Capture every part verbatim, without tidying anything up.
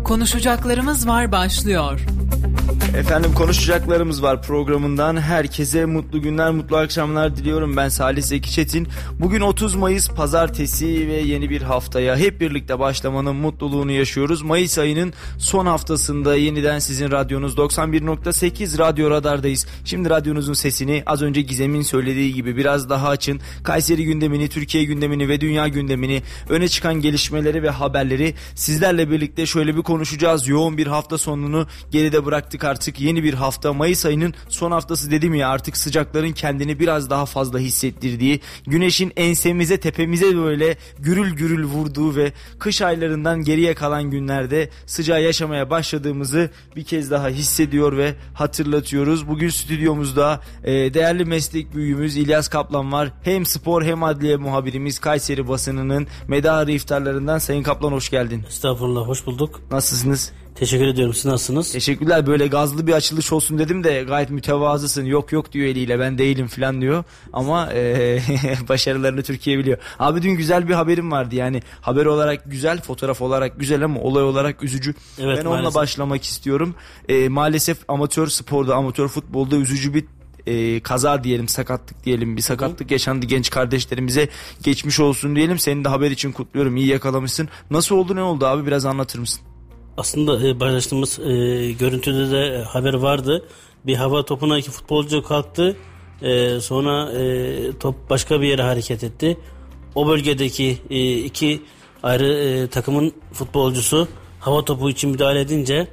Konuşacaklarımız var başlıyor. Efendim konuşacaklarımız var programından herkese mutlu günler, mutlu akşamlar diliyorum. Ben Salih Zeki Çetin. Bugün otuz Mayıs Pazartesi ve yeni bir haftaya hep birlikte başlamanın mutluluğunu yaşıyoruz. Mayıs ayının son haftasında yeniden sizin radyonuz doksan bir nokta sekiz Radyo Radar'dayız. Şimdi radyonuzun sesini az önce Gizem'in söylediği gibi biraz daha açın. Kayseri gündemini, Türkiye gündemini ve dünya gündemini, öne çıkan gelişmeleri ve haberleri sizlerle birlikte şöyle bir konuşacağız. Yoğun bir hafta sonunu geride bıraktık artık. Yeni bir hafta, Mayıs ayının son haftası dedim ya, artık sıcakların kendini biraz daha fazla hissettirdiği, güneşin ensemize tepemize böyle gürül gürül vurduğu ve kış aylarından geriye kalan günlerde sıcağı yaşamaya başladığımızı bir kez daha hissediyor ve hatırlatıyoruz. Bugün stüdyomuzda e, değerli meslek büyüğümüz İlyas Kaplan var. Hem spor hem adliye muhabirimiz, Kayseri basınının medarı iftarlarından. Sayın Kaplan hoş geldin. Estağfurullah, hoş bulduk. Nasılsınız? Teşekkür ediyorum. Siz nasılsınız? Teşekkürler. Böyle gazlı bir açılış olsun dedim de gayet mütevazısın. Yok yok diyor eliyle, ben değilim falan diyor. Ama e, başarılarını Türkiye biliyor. Abi dün güzel bir haberim vardı. Yani haber olarak güzel, fotoğraf olarak güzel ama olay olarak üzücü. Evet, ben onunla maalesef başlamak istiyorum. E, maalesef amatör sporda, amatör futbolda üzücü bir e, kaza diyelim, sakatlık diyelim. Bir sakatlık yaşandı genç kardeşlerimize. Geçmiş olsun diyelim. Seni de haber için kutluyorum. İyi yakalamışsın. Nasıl oldu, ne oldu abi? Biraz anlatır mısın? Aslında e, paylaştığımız e, görüntüde de haber vardı. Bir hava topuna iki futbolcu kalktı. E, sonra e, top başka bir yere hareket etti. O bölgedeki e, iki ayrı e, takımın futbolcusu hava topu için müdahale edince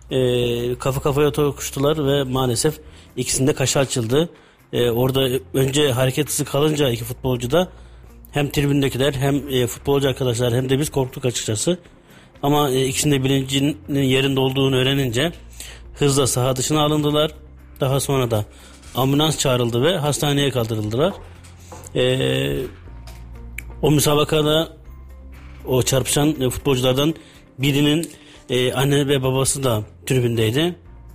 e, kafa kafaya tokuştular ve maalesef ikisinde kaşı açıldı. E, orada önce hareket hızı kalınca iki futbolcu da hem tribündekiler hem e, futbolcu arkadaşlar hem de biz korktuk açıkçası. Ama e, ikisinin de bilincinin yerinde olduğunu öğrenince hızla saha dışına alındılar. Daha sonra da ambulans çağrıldı ve hastaneye kaldırıldılar. E, o müsabakada o çarpışan e, futbolculardan birinin e, anne ve babası da tribündeydi.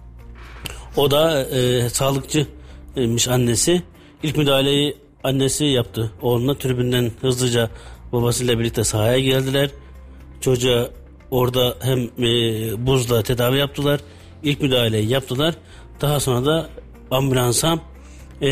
O da e, sağlıkçıymış annesi. İlk müdahaleyi annesi yaptı. Oğluna tribünden hızlıca babasıyla birlikte sahaya geldiler. Çocuğa orada hem e, buzla tedavi yaptılar. İlk müdahaleyi yaptılar. Daha sonra da ambulansa e,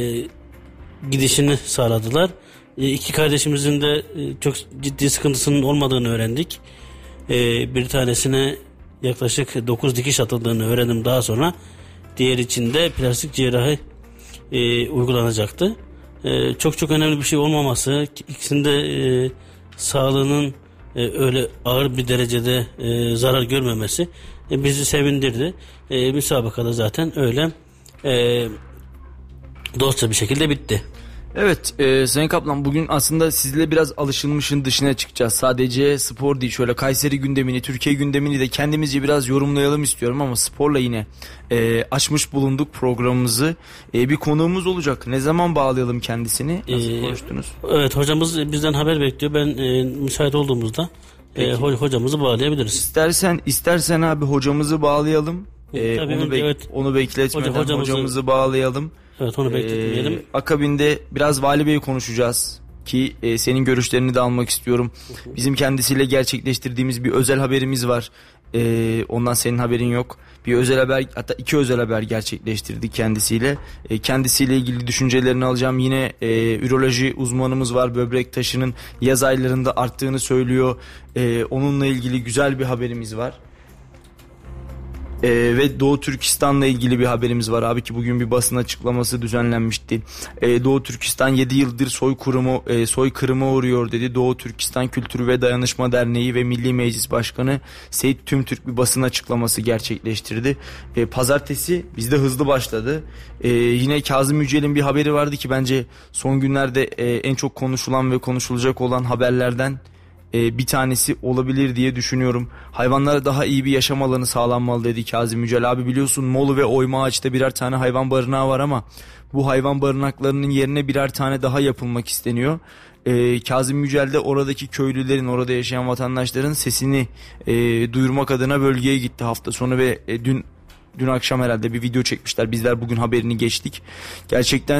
gidişini sağladılar. E, iki kardeşimizin de e, çok ciddi sıkıntısının olmadığını öğrendik. E, bir tanesine yaklaşık dokuz dikiş atıldığını öğrendim daha sonra. Diğer için de plastik cerrahi e, uygulanacaktı. E, çok çok önemli bir şey olmaması, ikisinde e, sağlığının Ee, öyle ağır bir derecede e, zarar görmemesi e, bizi sevindirdi. E, müsabakada zaten öyle e, dostça bir şekilde bitti. Evet e, Sayın Kaplan, bugün aslında sizle biraz alışılmışın dışına çıkacağız. Sadece spor değil, şöyle Kayseri gündemini, Türkiye gündemini de kendimizce biraz yorumlayalım istiyorum ama sporla yine e, açmış bulunduk programımızı. E, bir konuğumuz olacak. Ne zaman bağlayalım kendisini? Nasıl ee, konuştunuz? Evet, hocamız bizden haber bekliyor. Ben e, müsait olduğumuzda e, hocamızı bağlayabiliriz. İstersen istersen abi hocamızı bağlayalım. E, Tabii, onu, bek- evet. onu bekletmeden Hoca, hocamızı... hocamızı bağlayalım. Evet, onu bekletmeyelim. Ee, akabinde biraz Vali Bey'i konuşacağız ki e, senin görüşlerini de almak istiyorum. Bizim kendisiyle gerçekleştirdiğimiz bir özel haberimiz var. E, ondan senin haberin yok. Bir özel haber, hatta iki özel haber gerçekleştirdik kendisiyle. E, kendisiyle ilgili düşüncelerini alacağım. Yine e, üroloji uzmanımız var. Böbrek taşının yaz aylarında arttığını söylüyor. E, onunla ilgili güzel bir haberimiz var. Ee, ve Doğu Türkistan'la ilgili bir haberimiz var abi ki bugün bir basın açıklaması düzenlenmişti. Ee, Doğu Türkistan yedi yıldır soykırımı e, soykırıma uğruyor dedi. Doğu Türkistan Kültürü ve Dayanışma Derneği ve Milli Meclis Başkanı Seyit Tümtürk bir basın açıklaması gerçekleştirdi. Ee, pazartesi bizde hızlı başladı. Ee, yine Kazım Yücel'in bir haberi vardı ki bence son günlerde e, en çok konuşulan ve konuşulacak olan haberlerden bir tanesi olabilir diye düşünüyorum. Hayvanlara daha iyi bir yaşam alanı sağlanmalı dedi Kazım Yücel. Abi biliyorsun Molu ve Oyma Ağaç'ta birer tane hayvan barınağı var ama bu hayvan barınaklarının yerine birer tane daha yapılmak isteniyor. Ee, Kazım Yücel de oradaki köylülerin, orada yaşayan vatandaşların sesini e, duyurmak adına bölgeye gitti hafta sonu ve e, dün dün akşam herhalde bir video çekmişler. Bizler bugün haberini geçtik. Gerçekten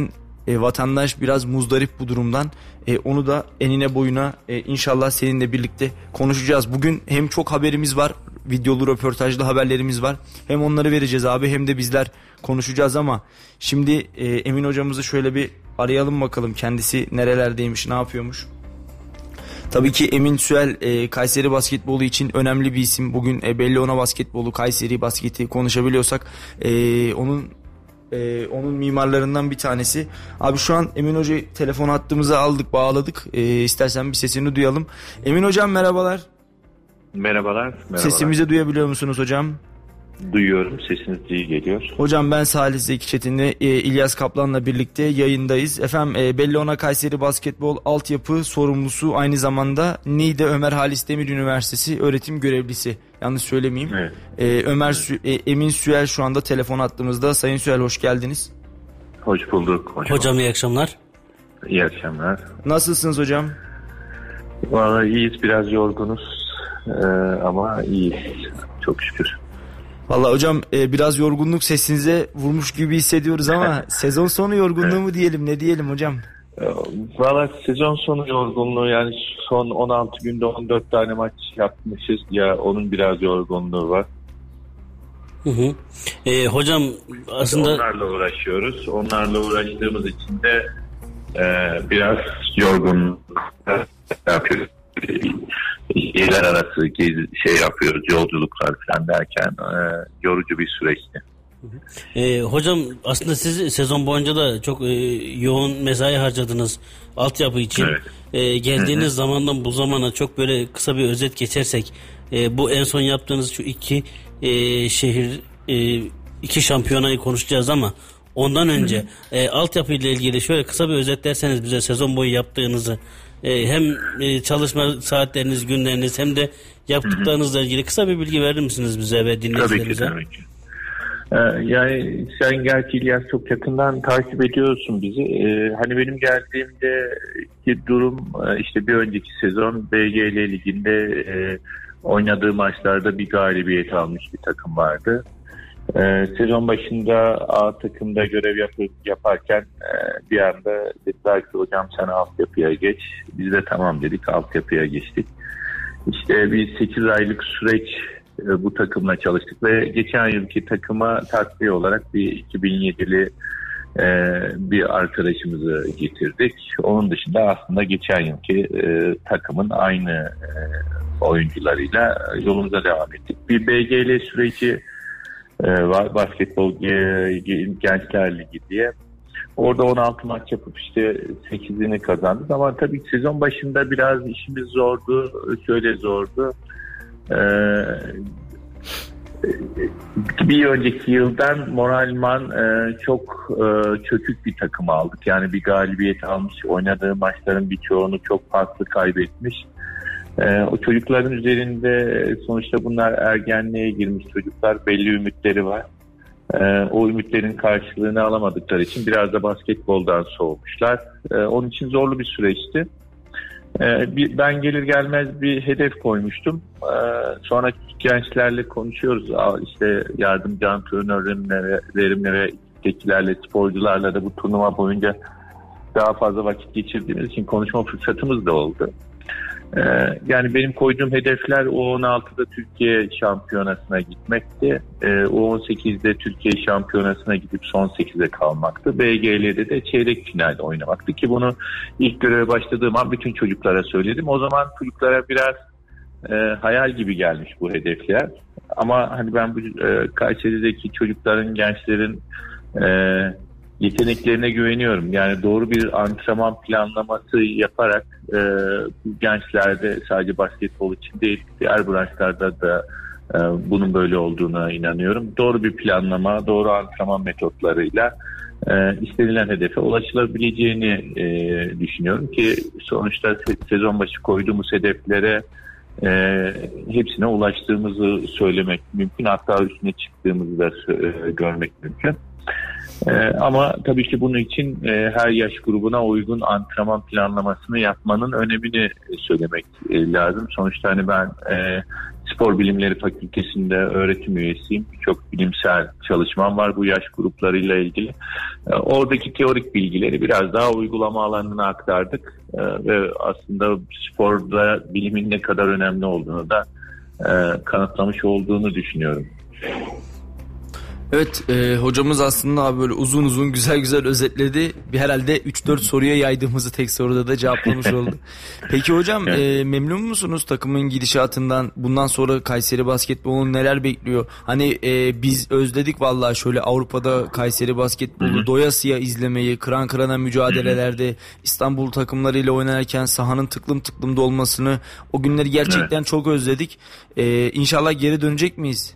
E, vatandaş biraz muzdarip bu durumdan. E, onu da enine boyuna e, inşallah seninle birlikte konuşacağız. Bugün hem çok haberimiz var, videolu röportajlı haberlerimiz var. Hem onları vereceğiz abi, hem de bizler konuşacağız ama şimdi e, Emin hocamızı şöyle bir arayalım bakalım. Kendisi nerelerdeymiş, ne yapıyormuş? Tabii ki Emin Süel e, Kayseri basketbolu için önemli bir isim. Bugün e, Bellona basketbolu, Kayseri basketi konuşabiliyorsak e, onun e, onun mimarlarından bir tanesi. Abi şu an Emin Hoca'yı telefon hattımıza aldık, bağladık. E, istersen bir sesini duyalım. Emin Hocam merhabalar. Merhabalar. merhabalar. Sesimizi duyabiliyor musunuz hocam? Duyuyorum. Sesiniz iyi geliyor. Hocam ben Salih Zeki Çetin'le e, İlyas Kaplan'la birlikte yayındayız. Efendim e, Bellona Kayseri Basketbol altyapı sorumlusu, aynı zamanda Niğde Ömer Halis Demir Üniversitesi öğretim görevlisi. Yanlış söylemeyeyim. Evet. E, Ömer evet. Sü- e, Emin Süel şu anda telefon attığımızda. Sayın Süel hoş geldiniz. Hoş bulduk. Hoş hocam bulduk. iyi akşamlar. İyi akşamlar. Nasılsınız hocam? Vallahi iyiyiz. Biraz yorgunuz. Ee, ama iyiyiz. Çok şükür. Vallahi hocam e, biraz yorgunluk sesinize vurmuş gibi hissediyoruz ama sezon sonu yorgunluğu evet. mu diyelim, ne diyelim hocam? Valla sezon sonu yorgunluğu, yani son on altı günde on dört tane maç yapmışız ya, onun biraz yorgunluğu var. Hı hı. E, hocam aslında onlarla uğraşıyoruz. Onlarla uğraştığımız için de e, biraz yorgunluk yapıyoruz. Yerler arası gezi, şey yapıyoruz, yolculuklar falan derken e, yorucu bir süreçti. E, hocam aslında siz sezon boyunca da çok e, yoğun mesai harcadınız altyapı için. Evet. E, geldiğiniz Hı-hı. zamandan bu zamana çok böyle kısa bir özet geçersek, e, bu en son yaptığınız şu iki e, şehir e, iki şampiyonayı konuşacağız ama ondan önce e, altyapı ile ilgili şöyle kısa bir özetlerseniz bize sezon boyu yaptığınızı, e, hem e, çalışma saatleriniz, günleriniz, hem de yaptıklarınızla ilgili kısa bir bilgi verir misiniz bize ve dinleyicilerimize? Tabii ki, tabii ki. Yani sen gerçi İlyas çok yakından takip ediyorsun bizi. Ee, hani benim geldiğimde ki durum, işte bir önceki sezon B G L Ligi'nde e, oynadığı maçlarda bir galibiyet almış bir takım vardı. Ee, sezon başında A takımda görev yap- yaparken e, bir anda dediler ki hocam sen altyapıya geç. Biz de tamam dedik, altyapıya geçtik. İşte bir sekiz aylık süreç bu takımla çalıştık ve geçen yılki takıma takviye olarak bir iki bin yedili e, bir arkadaşımızı getirdik. Onun dışında aslında geçen yılki e, takımın aynı e, oyuncularıyla yolumuza devam ettik. Bir B G L süreci e, var, basketbol e, Gençler Ligi diye. Orada on altı maç yapıp işte sekizini kazandık ama tabii sizon başında biraz işimiz zordu, şöyle zordu. Ee, bir önceki yıldan moralman e, çok e, çökük bir takım aldık. Yani bir galibiyet almış, oynadığı maçların birçoğunu çok farklı kaybetmiş. E, o çocukların üzerinde sonuçta bunlar ergenliğe girmiş çocuklar, belli ümitleri var. E, o ümitlerin karşılığını alamadıkları için biraz da basketboldan soğumuşlar. E, onun için zorlu bir süreçti. Ben gelir gelmez bir hedef koymuştum. Sonra gençlerle konuşuyoruz. İşte yardımcı antrenörlerimle ve ekiptekilerle, sporcularla da bu turnuva boyunca daha fazla vakit geçirdiğimiz için konuşma fırsatımız da oldu. Yani benim koyduğum hedefler O on altıda Türkiye şampiyonasına gitmekti. O on sekizde Türkiye şampiyonasına gidip son sekize kalmaktı. B G L'de de çeyrek finalde oynamaktı ki bunu ilk göreve başladığım an bütün çocuklara söyledim. O zaman çocuklara biraz e, hayal gibi gelmiş bu hedefler. Ama hani ben bu e, Kayseri'deki çocukların, gençlerin e, yeteneklerine güveniyorum. Yani doğru bir antrenman planlaması yaparak e, bu gençlerde sadece basketbol için değil, diğer branşlarda da e, bunun böyle olduğuna inanıyorum. Doğru bir planlama, doğru antrenman metotlarıyla e, istenilen hedefe ulaşılabileceğini e, düşünüyorum ki sonuçta se- sezon başı koyduğumuz hedeflere e, hepsine ulaştığımızı söylemek mümkün. Hatta üstüne çıktığımızı da e, görmek mümkün. Ee, ama tabii ki bunun için e, her yaş grubuna uygun antrenman planlamasını yapmanın önemini söylemek e, lazım. Sonuçta hani ben e, Spor Bilimleri Fakültesi'nde öğretim üyesiyim. Birçok bilimsel çalışmam var bu yaş gruplarıyla ilgili. Oradaki teorik bilgileri biraz daha uygulama alanına aktardık. Ve aslında sporda bilimin ne kadar önemli olduğunu da kanıtlamış olduğunu düşünüyorum. Evet, e, hocamız aslında abi böyle uzun uzun güzel güzel özetledi. Bir herhalde üç dört soruya yaydığımızı tek soruda da cevaplamış oldu. Peki hocam, e, memnun musunuz takımın gidişatından? Bundan sonra Kayseri basketbolunu neler bekliyor? Hani e, biz özledik vallahi şöyle Avrupa'da Kayseri basketbolu doyasıya izlemeyi, kıran kırana mücadelelerde İstanbul takımlarıyla oynarken sahanın tıklım tıklım dolmasını, o günleri gerçekten evet. çok özledik. E, İnşallah geri dönecek miyiz?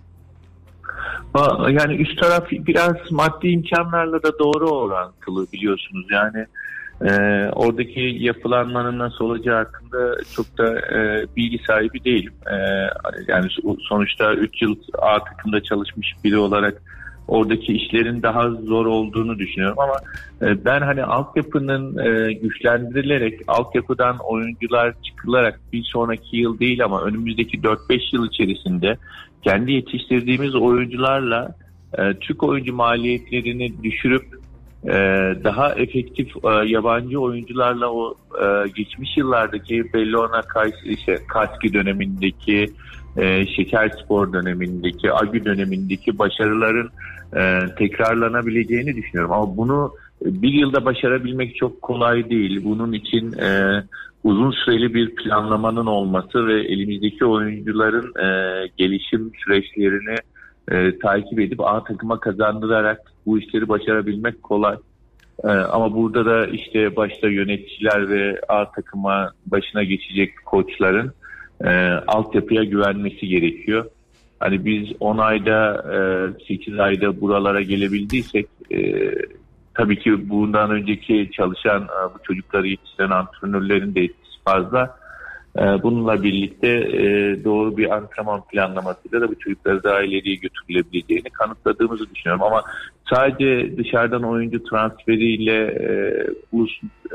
Yani üst taraf biraz maddi imkanlarla da doğru orantılı biliyorsunuz. Yani e, oradaki yapılanmanın nasıl olacağı hakkında çok da e, bilgi sahibi değilim. E, yani sonuçta üç yıl A takımda çalışmış biri olarak oradaki işlerin daha zor olduğunu düşünüyorum ama e, ben hani altyapının e, güçlendirilerek, altyapıdan oyuncular çıkılarak bir sonraki yıl değil ama önümüzdeki dört beş yıl içerisinde kendi yetiştirdiğimiz oyuncularla e, Türk oyuncu maliyetlerini düşürüp e, daha efektif e, yabancı oyuncularla o e, geçmiş yıllardaki Bellona Kayseri, işte, Kaski dönemindeki, e, Şekerspor dönemindeki, Agü dönemindeki başarıların e, tekrarlanabileceğini düşünüyorum. Ama bunu bir yılda başarabilmek çok kolay değil. Bunun için e, uzun süreli bir planlamanın olması ve elimizdeki oyuncuların e, gelişim süreçlerini e, takip edip A takıma kazandırarak bu işleri başarabilmek kolay. E, ama burada da işte başta yöneticiler ve A takıma başına geçecek koçların e, altyapıya güvenmesi gerekiyor. Hani biz on ayda, e, sekiz ayda buralara gelebildiysek e, tabii ki bundan önceki çalışan bu çocukları yetiştiren antrenörlerin de etkisi fazla. Bununla birlikte doğru bir antrenman planlamasıyla da bu çocukları daha ileriye götürülebileceğini kanıtladığımızı düşünüyorum. Ama sadece dışarıdan oyuncu transferiyle bu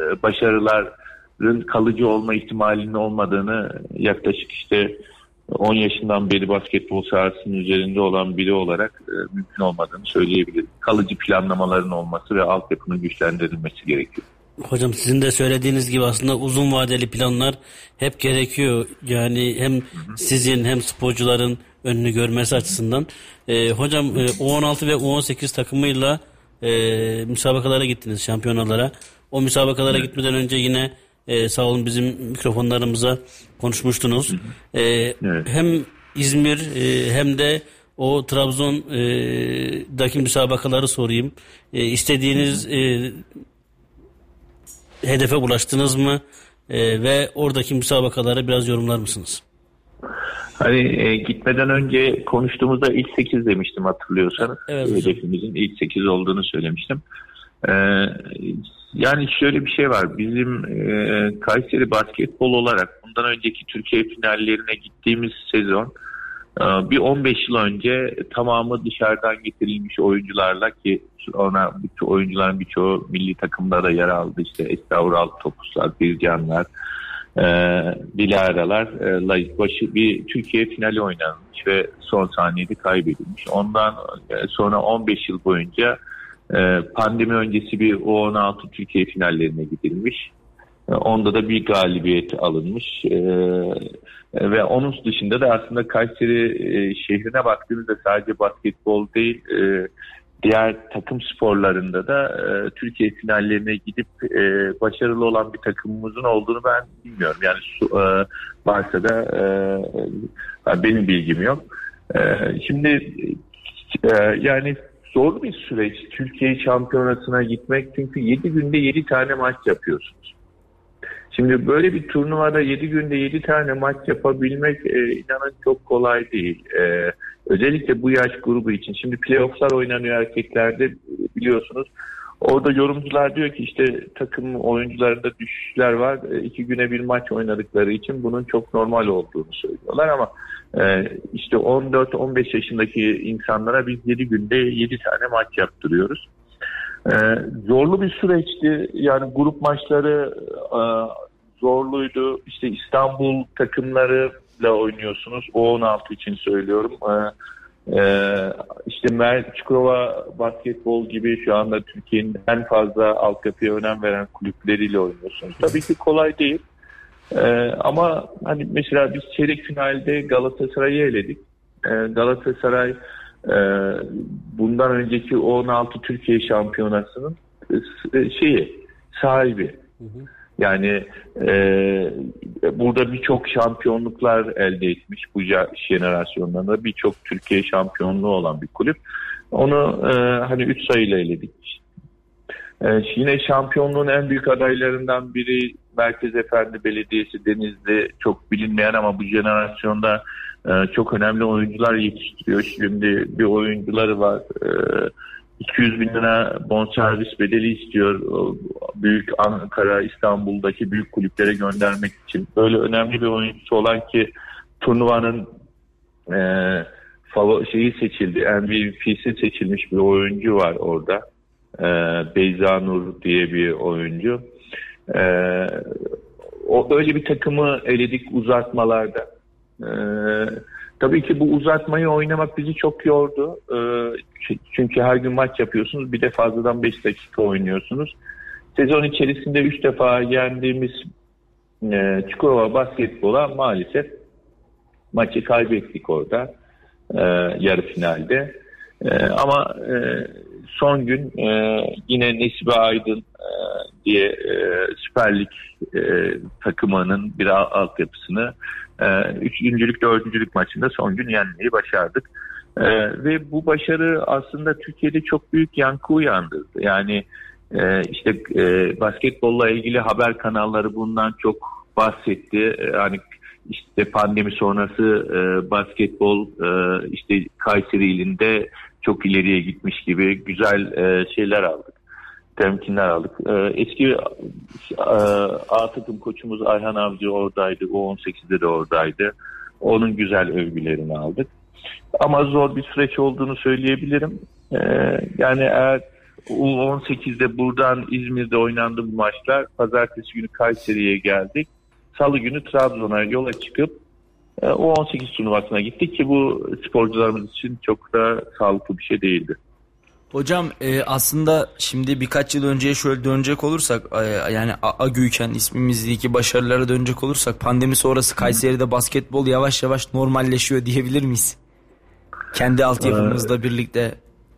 başarıların kalıcı olma ihtimalinin olmadığını yaklaşık işte on yaşından beri basketbol sahasının üzerinde olan biri olarak e, mümkün olmadığını söyleyebilirim. Kalıcı planlamaların olması ve altyapının güçlendirilmesi gerekiyor. Hocam sizin de söylediğiniz gibi aslında uzun vadeli planlar hep gerekiyor. Yani hem sizin hem sporcuların önünü görmesi açısından. E, hocam e, U on altı ve U on sekiz takımıyla e, müsabakalara gittiniz, şampiyonalara. O müsabakalara evet. gitmeden önce yine Ee, sağ olun bizim mikrofonlarımıza konuşmuştunuz. Ee, evet. Hem İzmir e, hem de o Trabzon'daki e, müsabakaları sorayım. E, istediğiniz e, hedefe ulaştınız mı? E, ve oradaki müsabakaları biraz yorumlar mısınız? Hani e, gitmeden önce konuştuğumuzda ilk sekiz demiştim hatırlıyorsanız. Evet, hedefimizin ilk sekiz olduğunu söylemiştim. Ee, yani şöyle bir şey var. Bizim e, Kayseri basketbol olarak bundan önceki Türkiye finallerine gittiğimiz sezon e, bir on beş yıl önce tamamı dışarıdan getirilmiş oyuncularla, ki ona oyuncuların birçoğu milli takımda da yer aldı. İşte Esra Ural, Topuzlar, Bircanlar, e, Dilara'larla e, başı bir Türkiye finali oynanmış ve son saniyede kaybedilmiş. Ondan sonra on beş yıl boyunca pandemi öncesi bir U on altı Türkiye finallerine gidilmiş. Onda da bir galibiyet alınmış. Ve onun dışında da aslında Kayseri şehrine baktığınızda sadece basketbol değil, diğer takım sporlarında da Türkiye finallerine gidip başarılı olan bir takımımızın olduğunu ben bilmiyorum. Yani varsa da benim bilgim yok. Şimdi yani zor bir süreç Türkiye şampiyonasına gitmek, çünkü yedi günde yedi tane maç yapıyorsunuz. Şimdi böyle bir turnuvada yedi günde yedi tane maç yapabilmek e, inanın çok kolay değil. E, özellikle bu yaş grubu için. Şimdi playofflar oynanıyor erkeklerde, biliyorsunuz. Orada yorumcular diyor ki işte takım oyuncularında düşüşler var. E, iki güne bir maç oynadıkları için bunun çok normal olduğunu söylüyorlar ama e, işte on dört on beş yaşındaki insanlara biz yedi günde yedi tane maç yaptırıyoruz. E, zorlu bir süreçti. Yani grup maçları e, zorluydu. İşte İstanbul takımları ile oynuyorsunuz. O on altı için söylüyorum. Ee, e, işte Mer Çukurova Basketbol gibi şu anda Türkiye'nin en fazla altyapıya önem veren kulüpleriyle oynuyorsunuz. Tabii ki kolay değil. Ee, ama hani mesela biz çeyrek finalde Galatasaray'ı eledik. Ee, Galatasaray e, bundan önceki on altı Türkiye Şampiyonası'nın e, şeyi sahibi. Hı hı. Yani e, burada birçok şampiyonluklar elde etmiş bu jenerasyonlarında, birçok Türkiye şampiyonluğu olan bir kulüp. Onu e, hani üç sayıyla eledik. E, yine şampiyonluğun en büyük adaylarından biri Merkez Efendi Belediyesi Denizli, çok bilinmeyen ama bu jenerasyonda e, çok önemli oyuncular yetiştiriyor. Şimdi bir oyuncuları var. E, iki yüz bin lira bonservis bedeli istiyor. Büyük Ankara, İstanbul'daki büyük kulüplere göndermek için. Böyle önemli bir oyuncusu olan ki turnuvanın e, favori şeyi seçildi. M V P'si seçilmiş bir oyuncu var orada. E, Beyza Nur diye bir oyuncu. E, o öyle bir takımı eledik uzatmalarda. E, Tabii ki bu uzatmayı oynamak bizi çok yordu. Ee, çünkü her gün maç yapıyorsunuz. Bir de fazladan beş dakika oynuyorsunuz. Sezon içerisinde üç defa yendiğimiz e, Çukurova Basketbol'a maalesef maçı kaybettik orada. E, yarı finalde. E, ama e, son gün e, yine Nesibe Aydın e, diye e, Süper Lig e, takımının bir altyapısını e, üçüncülük, dördüncülük maçında son gün yenmeyi başardık. E, ve bu başarı aslında Türkiye'de çok büyük yankı uyandırdı. Yani e, işte e, basketbolla ilgili haber kanalları bundan çok bahsetti. E, hani işte pandemi sonrası e, basketbol e, işte Kayseri ilinde çok ileriye gitmiş gibi güzel e, şeyler aldık. Temkinler aldık. E, eski e, A takım koçumuz Ayhan Avcı oradaydı. O on sekizde de oradaydı. Onun güzel övgülerini aldık. Ama zor bir süreç olduğunu söyleyebilirim. E, yani eğer U on sekizde buradan İzmir'de oynandı bu maçlar. Pazartesi günü Kayseri'ye geldik. Salı günü Trabzon'a yola çıkıp e, U on sekiz turnuvasına gittik ki bu sporcularımız için çok da sağlıklı bir şey değildi. Hocam e, aslında şimdi birkaç yıl önceye şöyle dönecek olursak e, yani Agüken ismimizdeki başarılara dönecek olursak pandemi sonrası Kayseri'de basketbol yavaş yavaş normalleşiyor diyebilir miyiz? Kendi altyapımızla ee, birlikte.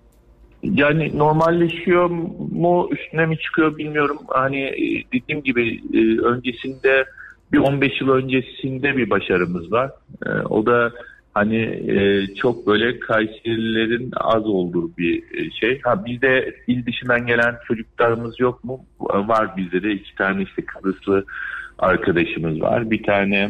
Yani normalleşiyor mu, üstüne mi çıkıyor bilmiyorum. Hani dediğim gibi öncesinde bir on beş yıl öncesinde bir başarımız var. O da hani çok böyle Kayserililerin az olduğu bir şey. Ha bizde il dışından gelen çocuklarımız yok mu? Var bizde de iki tane işte Kıbrıslı arkadaşımız var. Bir tane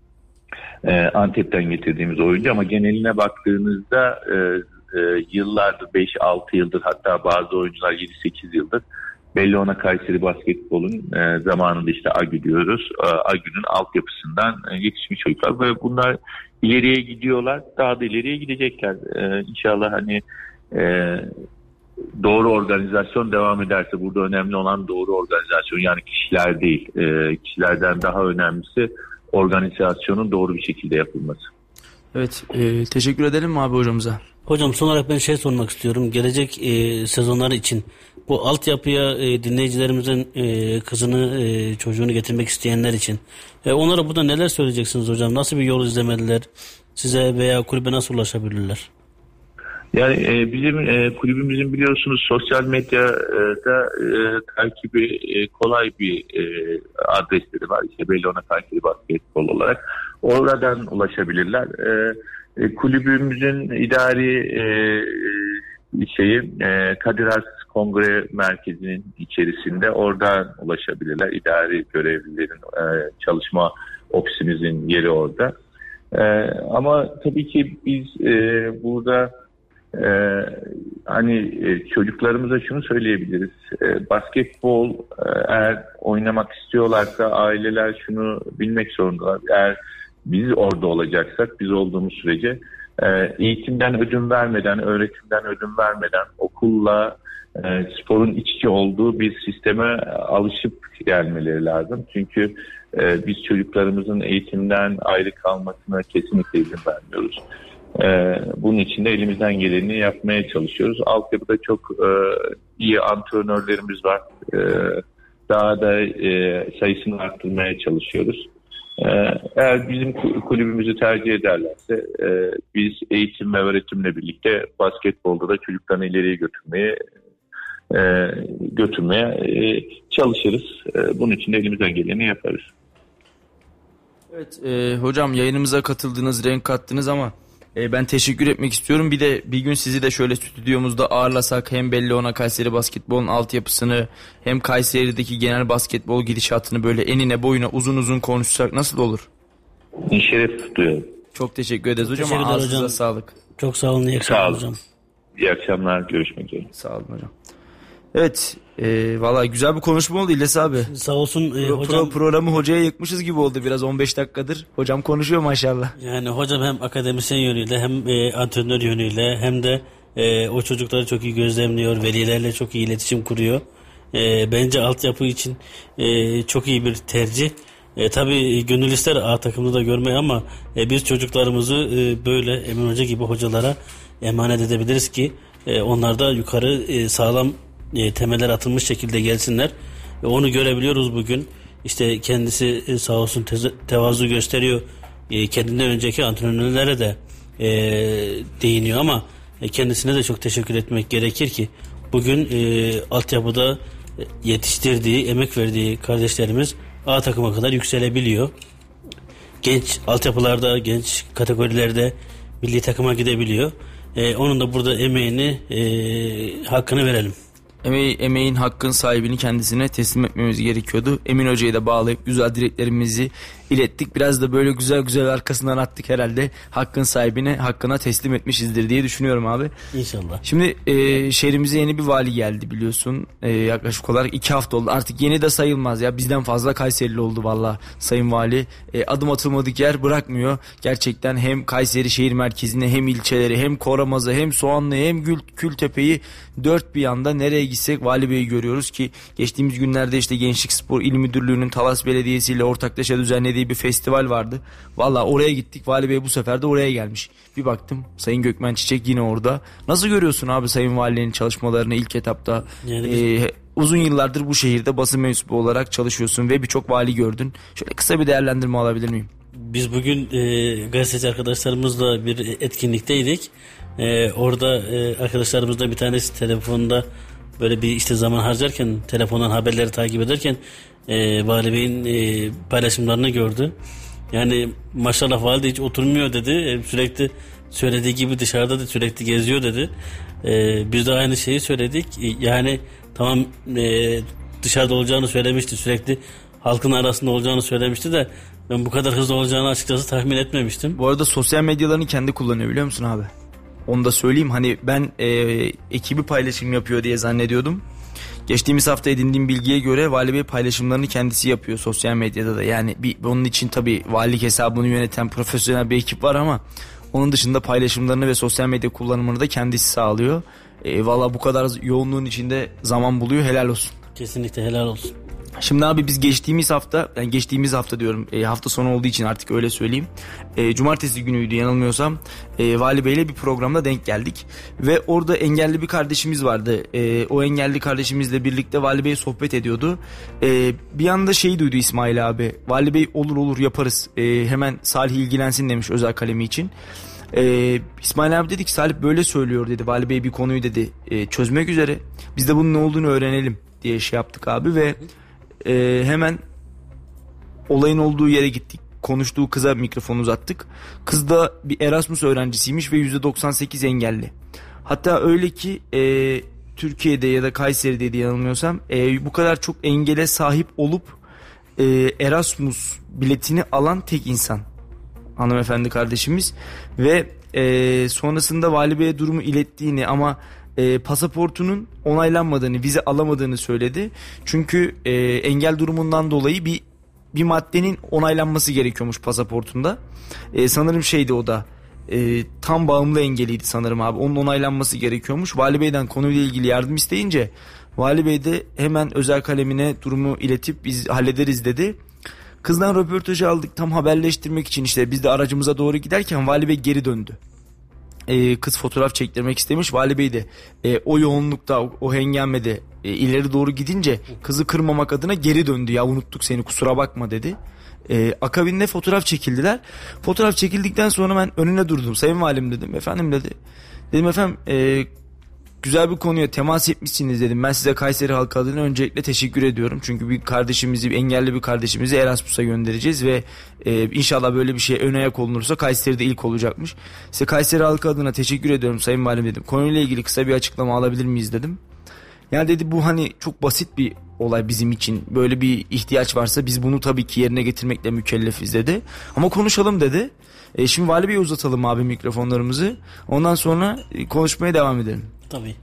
Antep'ten getirdiğimiz oyuncu ama geneline baktığınızda e, yıllardır beş altı yıldır hatta bazı oyuncular yedi sekiz yıldır Bellona Kayseri Basketbol'un e, zamanında işte Agü diyoruz. E, Agü'nün altyapısından e, yetişmiş çocuklar ve bunlar ileriye gidiyorlar. Daha da ileriye gidecekler. E, İnşallah hani e, doğru organizasyon devam ederse, burada önemli olan doğru organizasyon, yani kişiler değil. E, kişilerden daha önemlisi organizasyonun doğru bir şekilde yapılması. Evet, e, teşekkür edelim abi hocamıza. Hocam son olarak ben şey sormak istiyorum. Gelecek e, sezonlar için bu altyapıya e, dinleyicilerimizin e, kızını, e, çocuğunu getirmek isteyenler için e, onlara burada neler söyleyeceksiniz hocam? Nasıl bir yol izlemeliler? Size veya kulübe nasıl ulaşabilirler? Yani e, bizim e, kulübümüzün biliyorsunuz sosyal medyada e, takibi e, kolay bir e, adresleri var. İşte Bellona Kayseri Basketbol olarak. Oradan ulaşabilirler. E, e, kulübümüzün idari e, şeyi e, Kadir Has Kongre Merkezi'nin içerisinde, oradan ulaşabilirler. İdari görevlilerin e, çalışma ofisimizin yeri orada. E, ama tabii ki biz e, burada Ee, hani e, çocuklarımıza şunu söyleyebiliriz. Ee, basketbol e, eğer oynamak istiyorlarsa aileler şunu bilmek zorundalar. Eğer biz orada olacaksak, biz olduğumuz sürece e, eğitimden ödün vermeden, öğretimden ödün vermeden okulla e, sporun iç içe olduğu bir sisteme alışıp gelmeleri lazım. Çünkü E, biz çocuklarımızın eğitimden ayrı kalmasına kesinlikle izin vermiyoruz. E, bunun için de elimizden geleni yapmaya çalışıyoruz. Altyapıda çok e, iyi antrenörlerimiz var. E, daha da e, sayısını arttırmaya çalışıyoruz. E, eğer bizim kulübümüzü tercih ederlerse e, biz eğitim ve öğretimle birlikte basketbolda da çocuklarını ileriye götürmeye e, götürmeye e, çalışırız. E, bunun için de elimizden geleni yaparız. Evet e, hocam, yayınımıza katıldınız, renk kattınız ama e, ben teşekkür etmek istiyorum. Bir de bir gün sizi de şöyle stüdyomuzda ağırlasak, hem Bellona Kayseri basketbolun altyapısını hem Kayseri'deki genel basketbol gidişatını böyle enine boyuna uzun uzun konuşsak nasıl olur? Şeref duyuyorum. Çok teşekkür ederiz hocam. Teşekkür ederim Ağzınıza hocam. sağlık. Çok sağ olun. İyi akşamlar hocam. İyi akşamlar. Görüşmek üzere. Sağ olun hocam. Evet. E, vallahi güzel bir konuşma oldu İlyas abi. Sağ olsun e, Pro, hocam. pro, programı hocaya yıkmışız gibi oldu biraz on beş dakikadır. Hocam konuşuyor maşallah. Yani hocam hem akademisyen yönüyle hem e, antrenör yönüyle hem de e, o çocukları çok iyi gözlemliyor. Velilerle çok iyi iletişim kuruyor. E, bence altyapı için e, çok iyi bir tercih. E, tabii gönül ister A takımda da görmeyi ama e, biz çocuklarımızı e, böyle Emin Hoca gibi hocalara emanet edebiliriz ki e, onlar da yukarı e, sağlam e, temeller atılmış şekilde gelsinler. E, onu görebiliyoruz bugün. İşte kendisi e, sağ olsun teze, tevazu gösteriyor. E, kendinden önceki antrenörlere de e, değiniyor ama e, kendisine de çok teşekkür etmek gerekir ki bugün e, altyapıda yetiştirdiği, emek verdiği kardeşlerimiz A takıma kadar yükselebiliyor. Genç altyapılarda, genç kategorilerde milli takıma gidebiliyor. Ee, onun da burada emeğini, e, hakkını verelim. Emeği, emeğin hakkın sahibini kendisine teslim etmemiz gerekiyordu. Emin Hoca'yı da bağlayıp güzel dileklerimizi ilettik. Biraz da böyle güzel güzel arkasından attık herhalde. Hakkın sahibine hakkına teslim etmişizdir diye düşünüyorum abi. İnşallah. Şimdi e, şehrimize yeni bir vali geldi biliyorsun. E, yaklaşık olarak iki hafta oldu. Artık yeni de sayılmaz ya. Bizden fazla Kayserili oldu valla sayın vali. E, adım atılmadık yer bırakmıyor. Gerçekten hem Kayseri şehir merkezine hem ilçeleri hem Koramaz'ı hem Soğanlı'yı hem Gül, Kültepe'yi dört bir yanda nereye gitsek Vali Bey'i görüyoruz ki geçtiğimiz günlerde işte Gençlik Spor İl Müdürlüğü'nün Talas Belediyesi ile ortaklaşa düzenlediği bir festival vardı. Valla oraya gittik. Vali Bey bu sefer de oraya gelmiş. Bir baktım Sayın Gökmen Çiçek yine orada. Nasıl görüyorsun abi Sayın Vali'nin çalışmalarını ilk etapta? Yani ee, uzun yıllardır bu şehirde basın mensubu olarak çalışıyorsun ve birçok vali gördün. Şöyle kısa bir değerlendirme alabilir miyim? Biz bugün e, gazeteci arkadaşlarımızla bir etkinlikteydik. E, orada e, arkadaşlarımızla bir tanesi telefonda böyle bir işte zaman harcarken, telefondan haberleri takip ederken e, Vali Bey'in e, paylaşımlarını gördü. Yani maşallah Vali de hiç oturmuyor dedi. E, sürekli söylediği gibi dışarıda da sürekli geziyor dedi. E, biz de aynı şeyi söyledik. E, yani tamam e, dışarıda olacağını söylemişti. Sürekli halkın arasında olacağını söylemişti de ben bu kadar hızlı olacağını açıkçası tahmin etmemiştim. Bu arada sosyal medyalarını kendi kullanıyor biliyor musun abi? Onu da söyleyeyim. Hani ben e, ekibi paylaşım yapıyor diye zannediyordum. Geçtiğimiz hafta edindiğim bilgiye göre Vali Bey paylaşımlarını kendisi yapıyor sosyal medyada da. Yani bir, onun için tabii valilik hesabını yöneten profesyonel bir ekip var ama onun dışında paylaşımlarını ve sosyal medya kullanımını da kendisi sağlıyor. E, Valla bu kadar yoğunluğun içinde zaman buluyor. Helal olsun. Kesinlikle helal olsun. Şimdi abi biz geçtiğimiz hafta, yani geçtiğimiz hafta diyorum, e, hafta sonu olduğu için artık öyle söyleyeyim. E, cumartesi günüydü yanılmıyorsam. E, Vali Bey'le bir programda denk geldik. Ve orada engelli bir kardeşimiz vardı. E, o engelli kardeşimizle birlikte Vali Bey sohbet ediyordu. E, bir anda şeyi duydu İsmail abi. Vali Bey olur olur yaparız. E, hemen Salih ilgilensin demiş özel kalemi için. Ee, İsmail abi dedi ki Salih böyle söylüyor dedi. Vali Bey bir konuyu dedi e, çözmek üzere. Biz de bunun ne olduğunu öğrenelim diye şey yaptık abi ve e, hemen olayın olduğu yere gittik. Konuştuğu kıza mikrofonu uzattık. Kız da bir Erasmus öğrencisiymiş ve yüzde doksan sekiz engelli. Hatta öyle ki e, Türkiye'de ya da Kayseri'de diye yanılmıyorsam e, bu kadar çok engele sahip olup e, Erasmus biletini alan tek insan hanımefendi kardeşimiz ve e, sonrasında Vali Bey'e durumu ilettiğini ama e, pasaportunun onaylanmadığını, vize alamadığını söyledi. Çünkü e, engel durumundan dolayı bir bir maddenin onaylanması gerekiyormuş pasaportunda. E, sanırım şeydi o da e, tam bağımlı engeliydi sanırım abi. Onun onaylanması gerekiyormuş. Vali Bey'den konuyla ilgili yardım isteyince Vali Bey de hemen özel kalemine durumu iletip biz hallederiz dedi. Kızdan röportajı aldık, tam haberleştirmek için işte biz de aracımıza doğru giderken Vali Bey geri döndü. Ee, kız fotoğraf çektirmek istemiş. Vali Bey de e, o yoğunlukta, o, o hengamede e, ileri doğru gidince kızı kırmamak adına geri döndü. Ya unuttuk seni, kusura bakma dedi. E, akabinde fotoğraf çekildiler. Fotoğraf çekildikten sonra ben önüne durdum. Sayın Valim dedim. Efendim dedi. Dedim efendim e, güzel bir konuya temas etmişsiniz dedim. Ben size Kayseri halkı adına öncelikle teşekkür ediyorum. Çünkü bir kardeşimizi, bir engelli bir kardeşimizi Erasmus'a göndereceğiz ve e, inşallah böyle bir şey ön ayak olunursa Kayseri'de ilk olacakmış. Size Kayseri halkı adına teşekkür ediyorum Sayın Valim dedim. Konuyla ilgili kısa bir açıklama alabilir miyiz dedim. Yani dedi bu hani çok basit bir olay bizim için. Böyle bir ihtiyaç varsa biz bunu tabii ki yerine getirmekle mükellefiz dedi. Ama konuşalım dedi. E, şimdi Vali Bey'e uzatalım abi mikrofonlarımızı. Ondan sonra konuşmaya devam edelim. Tabii.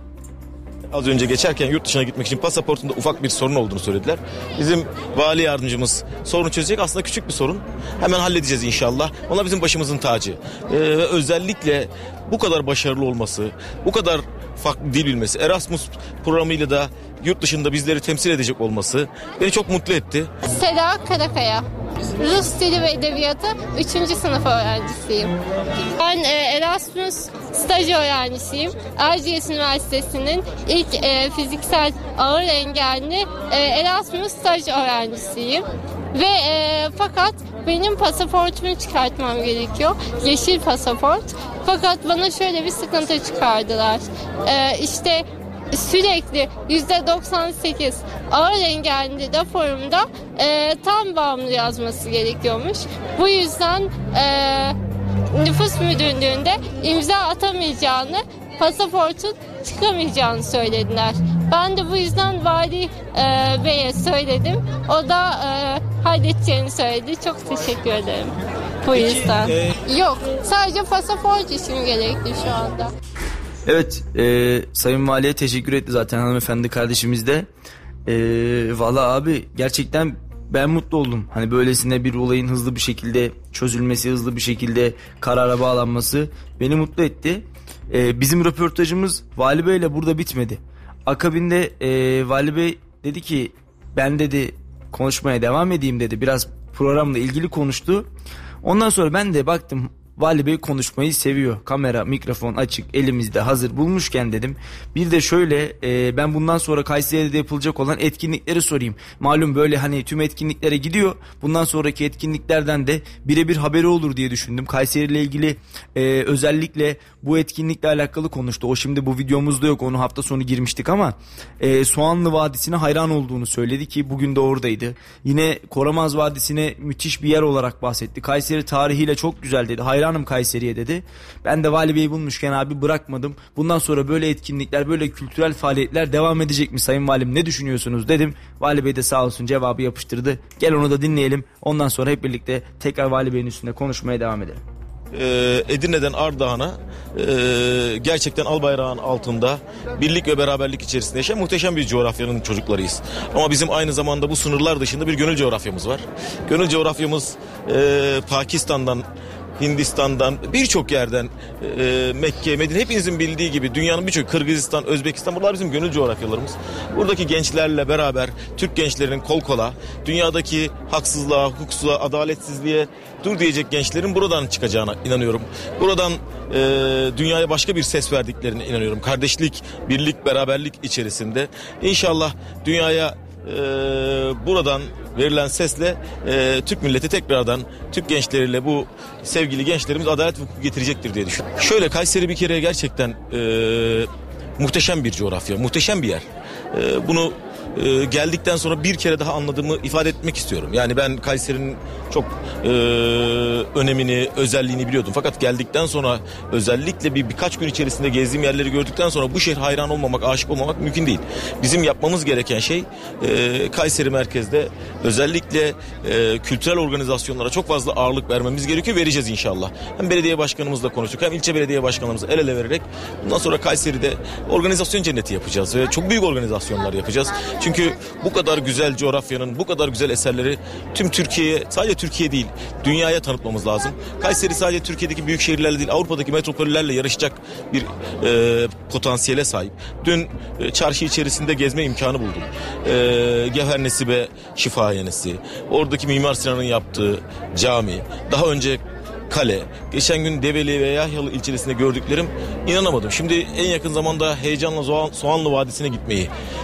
Az önce geçerken yurt dışına gitmek için pasaportunda ufak bir sorun olduğunu söylediler. Bizim vali yardımcımız sorunu çözecek. Aslında küçük bir sorun. Hemen halledeceğiz inşallah. Onlar bizim başımızın tacı. Ee, ve özellikle bu kadar başarılı olması, bu kadar farklı dil bilmesi, Erasmus programıyla da yurt dışında bizleri temsil edecek olması beni çok mutlu etti. Seda Karakaya. Rus Dili ve Edebiyatı üçüncü sınıf öğrencisiyim. Ben e, Erasmus staj öğrencisiyim. Erciyes Üniversitesi'nin ilk e, fiziksel ağır engelli e, Erasmus staj öğrencisiyim. Ve e, fakat benim pasaportumu çıkartmam gerekiyor. Yeşil pasaport. Fakat bana şöyle bir sıkıntı çıkardılar. E, işte sürekli yüzde doksan sekiz ağır engelli raporumda e, tam bağımlı yazması gerekiyormuş. Bu yüzden e, nüfus müdürlüğünde imza atamayacağını, pasaportun çıkamayacağını söylediler. Ben de bu yüzden Vali e, Bey'e söyledim. O da e, halledeceğini söyledi. Çok teşekkür ederim bu yüzden. Yok, sadece pasaport için gerekli şu anda. Evet, e, Sayın Vali'ye teşekkür etti zaten hanımefendi kardeşimiz de. E, Valla abi gerçekten ben mutlu oldum. Hani böylesine bir olayın hızlı bir şekilde çözülmesi, hızlı bir şekilde karara bağlanması beni mutlu etti. E, bizim röportajımız Vali Bey ile burada bitmedi. Akabinde e, Vali Bey dedi ki ben dedi konuşmaya devam edeyim dedi. Biraz programla ilgili konuştu. Ondan sonra ben de baktım Vali Bey konuşmayı seviyor. Kamera, mikrofon açık, elimizde hazır bulmuşken dedim. Bir de şöyle e, ben bundan sonra Kayseri'de yapılacak olan etkinlikleri sorayım. Malum böyle hani tüm etkinliklere gidiyor. Bundan sonraki etkinliklerden de birebir haberi olur diye düşündüm. Kayseri ile ilgili e, özellikle bu etkinlikle alakalı konuştu. O şimdi bu videomuzda yok. Onu hafta sonu girmiştik ama e, Soğanlı Vadisi'ne hayran olduğunu söyledi ki bugün de oradaydı. Yine Koramaz Vadisi'ne müthiş bir yer olarak bahsetti. Kayseri tarihiyle çok güzel dedi. Hayran Kayseri'ye dedi. Ben de Vali Bey'i bulmuşken abi bırakmadım. Bundan sonra böyle etkinlikler, böyle kültürel faaliyetler devam edecek mi Sayın Valim, ne düşünüyorsunuz dedim. Vali Bey de sağ olsun cevabı yapıştırdı. Gel onu da dinleyelim. Ondan sonra hep birlikte tekrar Vali Bey'in üstünde konuşmaya devam edelim. Ee, Edirne'den Ardahan'a e, gerçekten al bayrağın altında birlik ve beraberlik içerisinde yaşayan muhteşem bir coğrafyanın çocuklarıyız. Ama bizim aynı zamanda bu sınırlar dışında bir gönül coğrafyamız var. Gönül coğrafyamız e, Pakistan'dan, Hindistan'dan, birçok yerden e, Mekke, Medine, hepinizin bildiği gibi dünyanın birçok, Kırgızistan, Özbekistan, bunlar bizim gönül coğrafyalarımız. Buradaki gençlerle beraber Türk gençlerinin kol kola dünyadaki haksızlığa, hukuksuzluğa, adaletsizliğe dur diyecek gençlerin buradan çıkacağına inanıyorum. Buradan e, dünyaya başka bir ses verdiklerine inanıyorum. Kardeşlik, birlik, beraberlik içerisinde. İnşallah dünyaya e, buradan verilen sesle e, Türk milleti tekrardan Türk gençleriyle bu sevgili gençlerimiz adalet ve hukuk getirecektir diye düşünüyorum. Şöyle, Kayseri bir kere gerçekten e, muhteşem bir coğrafya, muhteşem bir yer. E, bunu e, geldikten sonra bir kere daha anladığımı ifade etmek istiyorum. Yani ben Kayseri'nin çok e, önemini, özelliğini biliyordum. Fakat geldikten sonra özellikle bir birkaç gün içerisinde gezdiğim yerleri gördükten sonra bu şehre hayran olmamak, aşık olmamak mümkün değil. Bizim yapmamız gereken şey e, Kayseri merkezde özellikle e, kültürel organizasyonlara çok fazla ağırlık vermemiz gerekiyor. Vereceğiz inşallah. Hem belediye başkanımızla konuştuk, hem ilçe belediye başkanımızla el ele vererek bundan sonra Kayseri'de organizasyon cenneti yapacağız ve çok büyük organizasyonlar yapacağız. Çünkü bu kadar güzel coğrafyanın, bu kadar güzel eserleri tüm Türkiye'ye, sadece Türkiye değil, dünyaya tanıtmamız lazım. Kayseri sadece Türkiye'deki büyük şehirlerle değil, Avrupa'daki metropollerle yarışacak bir e, potansiyele sahip. Dün e, çarşı içerisinde gezme imkanı buldum. E, Gevher Nesibe Şifahanesi, oradaki Mimar Sinan'ın yaptığı cami, daha önce kale, geçen gün Develi ve Yahyalı ilçesinde gördüklerim, inanamadım. Şimdi en yakın zamanda heyecanla Soğan, Soğanlı Vadisi'ne gitmeyi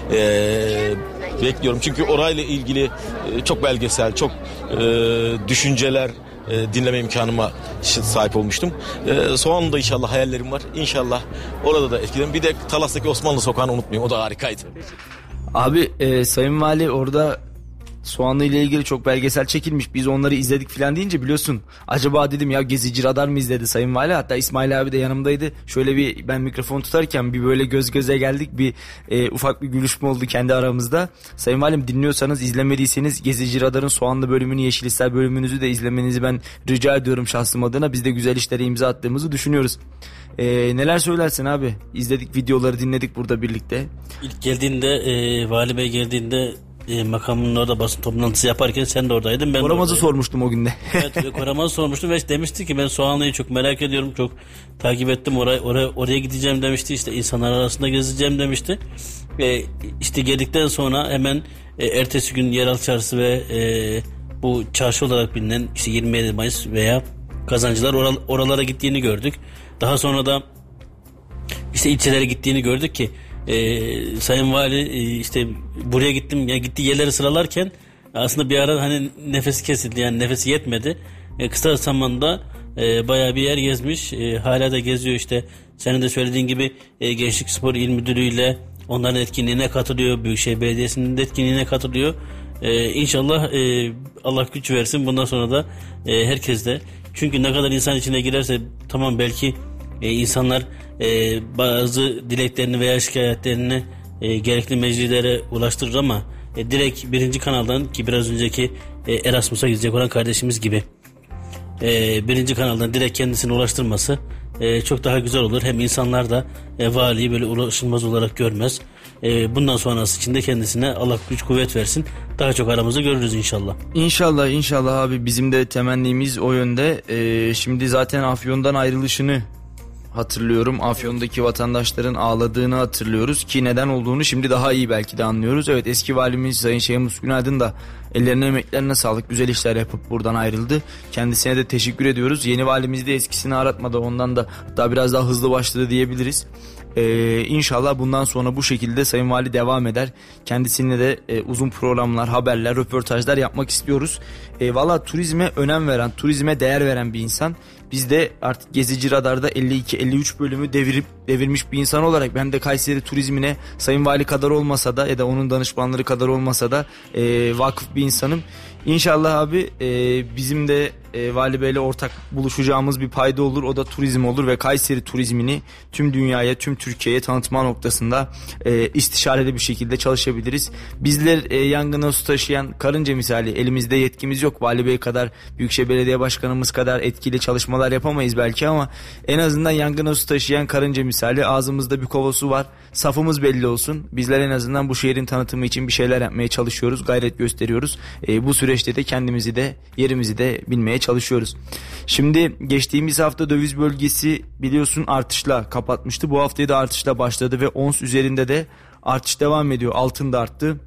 ee, bekliyorum. Çünkü orayla ilgili e, çok belgesel, çok e, düşünceler e, dinleme imkanıma sahip olmuştum. E, Soğanlı'da inşallah hayallerim var. İnşallah orada da etkilerim. Bir de Talas'taki Osmanlı Sokağı'nı unutmayayım. O da harikaydı. Abi e, Sayın Vali orada Soğanlı ile ilgili çok belgesel çekilmiş. Biz onları izledik falan deyince biliyorsun. Acaba dedim ya Gezici Radar mı izledi Sayın Vali? Hatta İsmail abi de yanımdaydı. Şöyle bir ben mikrofon tutarken bir böyle göz göze geldik. Bir e, ufak bir gülüşme oldu kendi aramızda. Sayın Valim dinliyorsanız, izlemediyseniz Gezici Radar'ın Soğanlı bölümünü, Yeşilisler bölümünüzü de izlemenizi ben rica ediyorum şahsım adına. Biz de güzel işlere imza attığımızı düşünüyoruz. Ee, neler söylersin abi? İzledik, videoları dinledik burada birlikte. İlk geldiğinde e, Vali Bey geldiğinde e, makamının orada basın toplantısı yaparken sen de oradaydın. Ben Koramaz'ı sormuştum o günde. Evet, Koramaz'ı sormuştum ve demişti ki ben Soğanlı'yı çok merak ediyorum, çok takip ettim, oraya oraya, oraya gideceğim demişti, işte insanlar arasında gezeceğim demişti. E, işte geldikten sonra hemen e, ertesi gün Yeraltı Çarşısı ve e, bu çarşı olarak bilinen işte yirmi yedi Mayıs veya Kazancılar oral, oralara gittiğini gördük. Daha sonra da işte ilçelere gittiğini gördük ki e, Sayın Vali e, işte buraya gittim, yani gittiği yerleri sıralarken aslında bir ara hani nefesi kesildi, yani nefesi yetmedi. E, kısa zamanda e, bayağı bir yer gezmiş, e, hala da geziyor. İşte senin de söylediğin gibi e, Gençlik Spor İl Müdürü ile onların etkinliğine katılıyor, Büyükşehir Belediyesi'nin de etkinliğine katılıyor. E, İnşallah e, Allah güç versin bundan sonra da e, herkes de. Çünkü ne kadar insan içine girerse tamam belki e, insanlar e, bazı dileklerini veya şikayetlerini e, gerekli meclislere ulaştırır ama e, direkt birinci kanaldan, ki biraz önceki e, Erasmus'a gidecek olan kardeşimiz gibi e, birinci kanaldan direkt kendisine ulaştırması e, çok daha güzel olur. Hem insanlar da e, valiyi böyle ulaşılmaz olarak görmez. E, bundan sonrası için de kendisine Allah güç kuvvet versin. Daha çok aramızda görürüz inşallah. İnşallah inşallah abi, bizim de temennimiz o yönde. Ee, şimdi zaten Afyon'dan ayrılışını hatırlıyorum. Afyon'daki vatandaşların ağladığını hatırlıyoruz ki neden olduğunu şimdi daha iyi belki de anlıyoruz. Evet, eski valimiz Sayın Şehmus Günaydın da ellerine emeklerine sağlık, güzel işler yapıp buradan ayrıldı. Kendisine de teşekkür ediyoruz. Yeni valimiz de eskisini aratmadı, ondan da daha biraz daha hızlı başladı diyebiliriz. Ee, İnşallah bundan sonra bu şekilde Sayın Vali devam eder. Kendisine de e, uzun programlar, haberler, röportajlar yapmak istiyoruz. E, Valla turizme önem veren, turizme değer veren bir insan. Biz de artık Gezici Radar'da elli iki elli üç bölümü devirip devirmiş bir insan olarak ben de Kayseri turizmine Sayın Vali kadar olmasa da ya da onun danışmanları kadar olmasa da e, vakıf bir insanım. İnşallah abi e, bizim de e, Vali Bey'le ortak buluşacağımız bir payda olur. O da turizm olur ve Kayseri turizmini tüm dünyaya, tüm Türkiye'ye tanıtma noktasında e, istişareli bir şekilde çalışabiliriz. Bizler e, yangına su taşıyan karınca misali, elimizde yetkimiz yok. Vali Bey kadar, Büyükşehir Belediye Başkanımız kadar etkili çalışmalar yapamayız belki ama en azından yangına su taşıyan karınca misali ağzımızda bir kova su var. Safımız belli olsun. Bizler en azından bu şehrin tanıtımı için bir şeyler yapmaya çalışıyoruz, gayret gösteriyoruz. E, bu süreçte de kendimizi de yerimizi de bilmeye çalışıyoruz. Şimdi geçtiğimiz hafta döviz bölgesi biliyorsun artışla kapatmıştı. Bu haftayı da artışla başladı ve ons üzerinde de artış devam ediyor. Altın da arttı.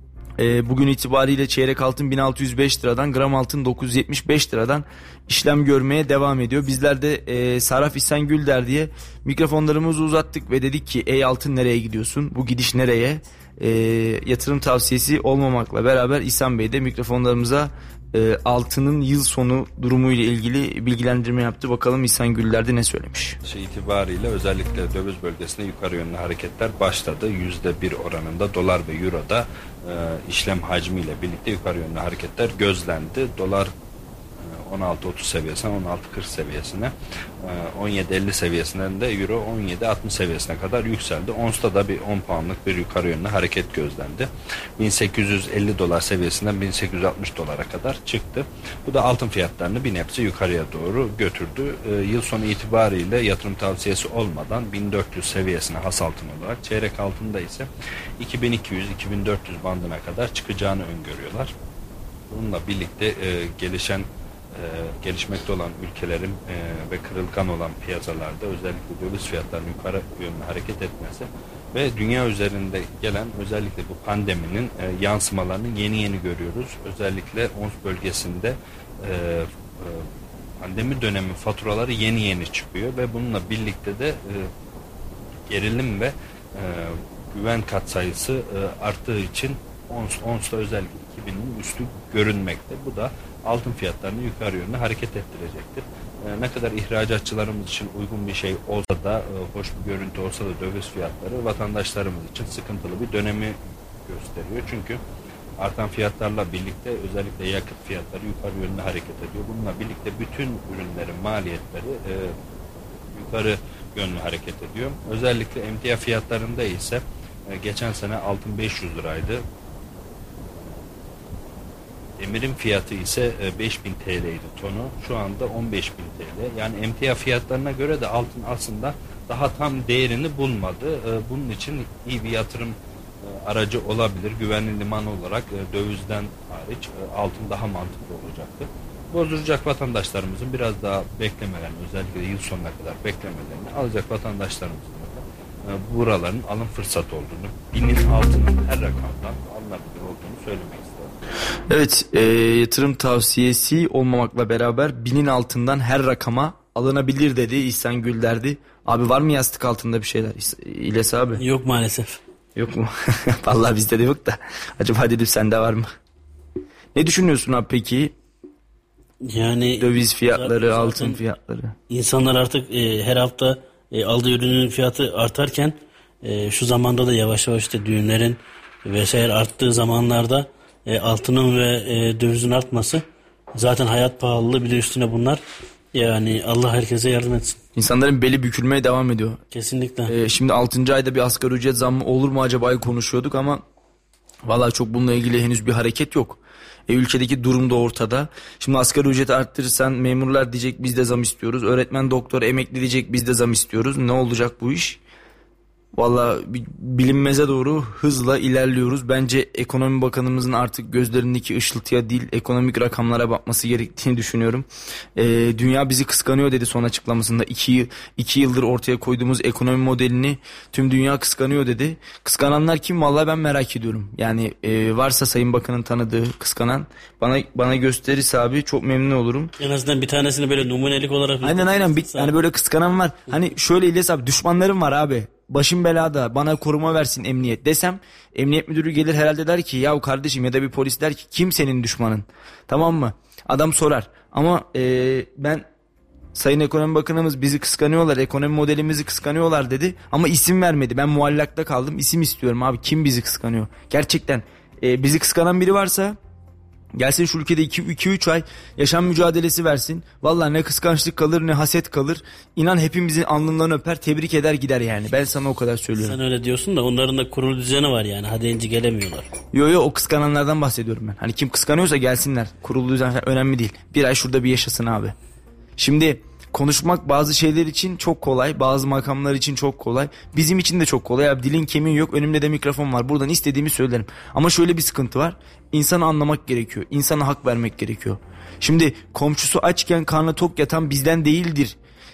E, bugün itibariyle çeyrek altın bin altı yüz beş liradan, gram altın dokuz yüz yetmiş beş liradan işlem görmeye devam ediyor. Bizler de e, Saraf İhsan Gülder diye mikrofonlarımızı uzattık ve dedik ki ey altın nereye gidiyorsun? Bu gidiş nereye? E, yatırım tavsiyesi olmamakla beraber İhsan Bey de mikrofonlarımıza e, altının yıl sonu durumuyla ilgili bilgilendirme yaptı. Bakalım İhsan Gülder de ne söylemiş? Şey itibariyle özellikle döviz bölgesinde yukarı yönlü hareketler başladı. yüzde bir oranında dolar ve euroda e, işlem hacmiyle birlikte yukarı yönlü hareketler gözlendi. Dolar on altı otuz seviyesine, on altı kırk seviyesine, on yedi elli seviyesinden de euro on yedi altmış seviyesine kadar yükseldi. Ons'ta da bir on puanlık bir yukarı yönlü hareket gözlendi. bin sekiz yüz elli dolar seviyesinden bin sekiz yüz altmış dolara kadar çıktı. Bu da altın fiyatlarını bir nebze yukarıya doğru götürdü. Yıl sonu itibariyle yatırım tavsiyesi olmadan bin dört yüz seviyesine has altın olarak, çeyrek altında ise iki bin iki yüz iki bin dört yüz bandına kadar çıkacağını öngörüyorlar. Bununla birlikte e, gelişen, e, gelişmekte olan ülkelerin e, ve kırılgan olan piyasalarda özellikle döviz fiyatlarının yukarı yönlü hareket etmesi ve dünya üzerinde gelen özellikle bu pandeminin e, yansımalarını yeni yeni görüyoruz. Özellikle Ons bölgesinde e, e, pandemi dönemi faturaları yeni yeni çıkıyor ve bununla birlikte de e, gerilim ve e, güven katsayısı e, arttığı için Ons, Ons'ta özellikle iki binin üstü görünmekte. Bu da altın fiyatlarını yukarı yönlü hareket ettirecektir. E, ne kadar ihracatçılarımız için uygun bir şey olsa da, e, hoş bir görüntü olsa da döviz fiyatları vatandaşlarımız için sıkıntılı bir dönemi gösteriyor. Çünkü artan fiyatlarla birlikte özellikle yakıt fiyatları yukarı yönlü hareket ediyor. Bununla birlikte bütün ürünlerin maliyetleri e, yukarı yönlü hareket ediyor. Özellikle emtia fiyatlarında ise e, geçen sene altın beş yüz liraydı. Demirin fiyatı ise beş bin T L'ydi tonu. Şu anda on beş bin T L. Yani emtia fiyatlarına göre de altın aslında daha tam değerini bulmadı. Bunun için iyi bir yatırım aracı olabilir. Güvenli liman olarak dövizden hariç altın daha mantıklı olacaktır. Bozduracak vatandaşlarımızın biraz daha beklemelerini, özellikle yıl sonuna kadar beklemelerini alacak vatandaşlarımızın da buraların alım fırsatı olduğunu, binin altının her rakamdan alınabilir olduğunu söylemek istiyorum. Evet, e, yatırım tavsiyesi olmamakla beraber binin altından her rakama alınabilir dedi İhsan Gül derdi. Abi var mı yastık altında bir şeyler İlyas abi? Yok maalesef. Yok mu? Vallahi bizde de yok da. Acaba dedim sende var mı? Ne düşünüyorsun abi peki? Yani döviz fiyatları, zaten altın fiyatları. İnsanlar artık e, her hafta e, aldığı ürünün fiyatı artarken e, şu zamanda da yavaş yavaş işte düğünlerin vesaire arttığı zamanlarda E, altının ve e, dövizin artması zaten hayat pahalılığı, bir de üstüne bunlar, yani Allah herkese yardım etsin. İnsanların beli bükülmeye devam ediyor. Kesinlikle. E, şimdi altıncı ayda bir asgari ücret zammı olur mu acaba konuşuyorduk ama vallahi çok bununla ilgili henüz bir hareket yok. E, ülkedeki durum da ortada. Şimdi asgari ücreti arttırırsan memurlar diyecek biz de zam istiyoruz. Öğretmen, doktor, emekli diyecek biz de zam istiyoruz. Ne olacak bu iş? Vallahi bilinmeze doğru hızla ilerliyoruz. Bence Ekonomi Bakanımızın artık gözlerindeki ışıltıya değil, ekonomik rakamlara bakması gerektiğini düşünüyorum. Ee, dünya bizi kıskanıyor dedi son açıklamasında. İki, iki yıldır ortaya koyduğumuz ekonomi modelini tüm dünya kıskanıyor dedi. Kıskananlar kim? Vallahi ben merak ediyorum. Yani e, varsa Sayın Bakan'ın tanıdığı kıskanan bana bana gösterirse abi çok memnun olurum. En azından bir tanesini böyle numunelik olarak. Aynen aynen. Bir, yani böyle kıskanan var. Hani şöyle İlyas abi, düşmanlarım var abi. Başım belada, bana koruma versin emniyet desem, emniyet müdürü gelir herhalde der ki ya kardeşim, ya da bir polis der ki kim senin düşmanın, tamam mı? Adam sorar ama e, ben Sayın Ekonomi Bakanımız bizi kıskanıyorlar, ekonomi modelimizi kıskanıyorlar dedi ama isim vermedi. Ben muallakta kaldım, isim istiyorum abi, kim bizi kıskanıyor? Gerçekten e, bizi kıskanan biri varsa gelsin şu ülkede iki üç ay yaşam mücadelesi versin. Vallahi ne kıskançlık kalır ne haset kalır. İnan hepimizin alnından öper, tebrik eder gider yani. Ben sana o kadar söylüyorum. Sen öyle diyorsun da onların da kurulu düzeni var yani. Hadi ince gelemiyorlar. Yo yo, o kıskananlardan bahsediyorum ben. Hani kim kıskanıyorsa gelsinler. Kurulu düzen falan önemli değil. Bir ay şurada bir yaşasın abi. Şimdi konuşmak bazı şeyler için çok kolay, bazı makamlar için çok kolay. Bizim için de çok kolay abi. Dilin kemiği yok, önümde de mikrofon var. Buradan istediğimi söylerim. Ama şöyle bir sıkıntı var. İnsanı anlamak gerekiyor. İnsana hak vermek gerekiyor. Şimdi komşusu açken karnı tok yatan bizden değildir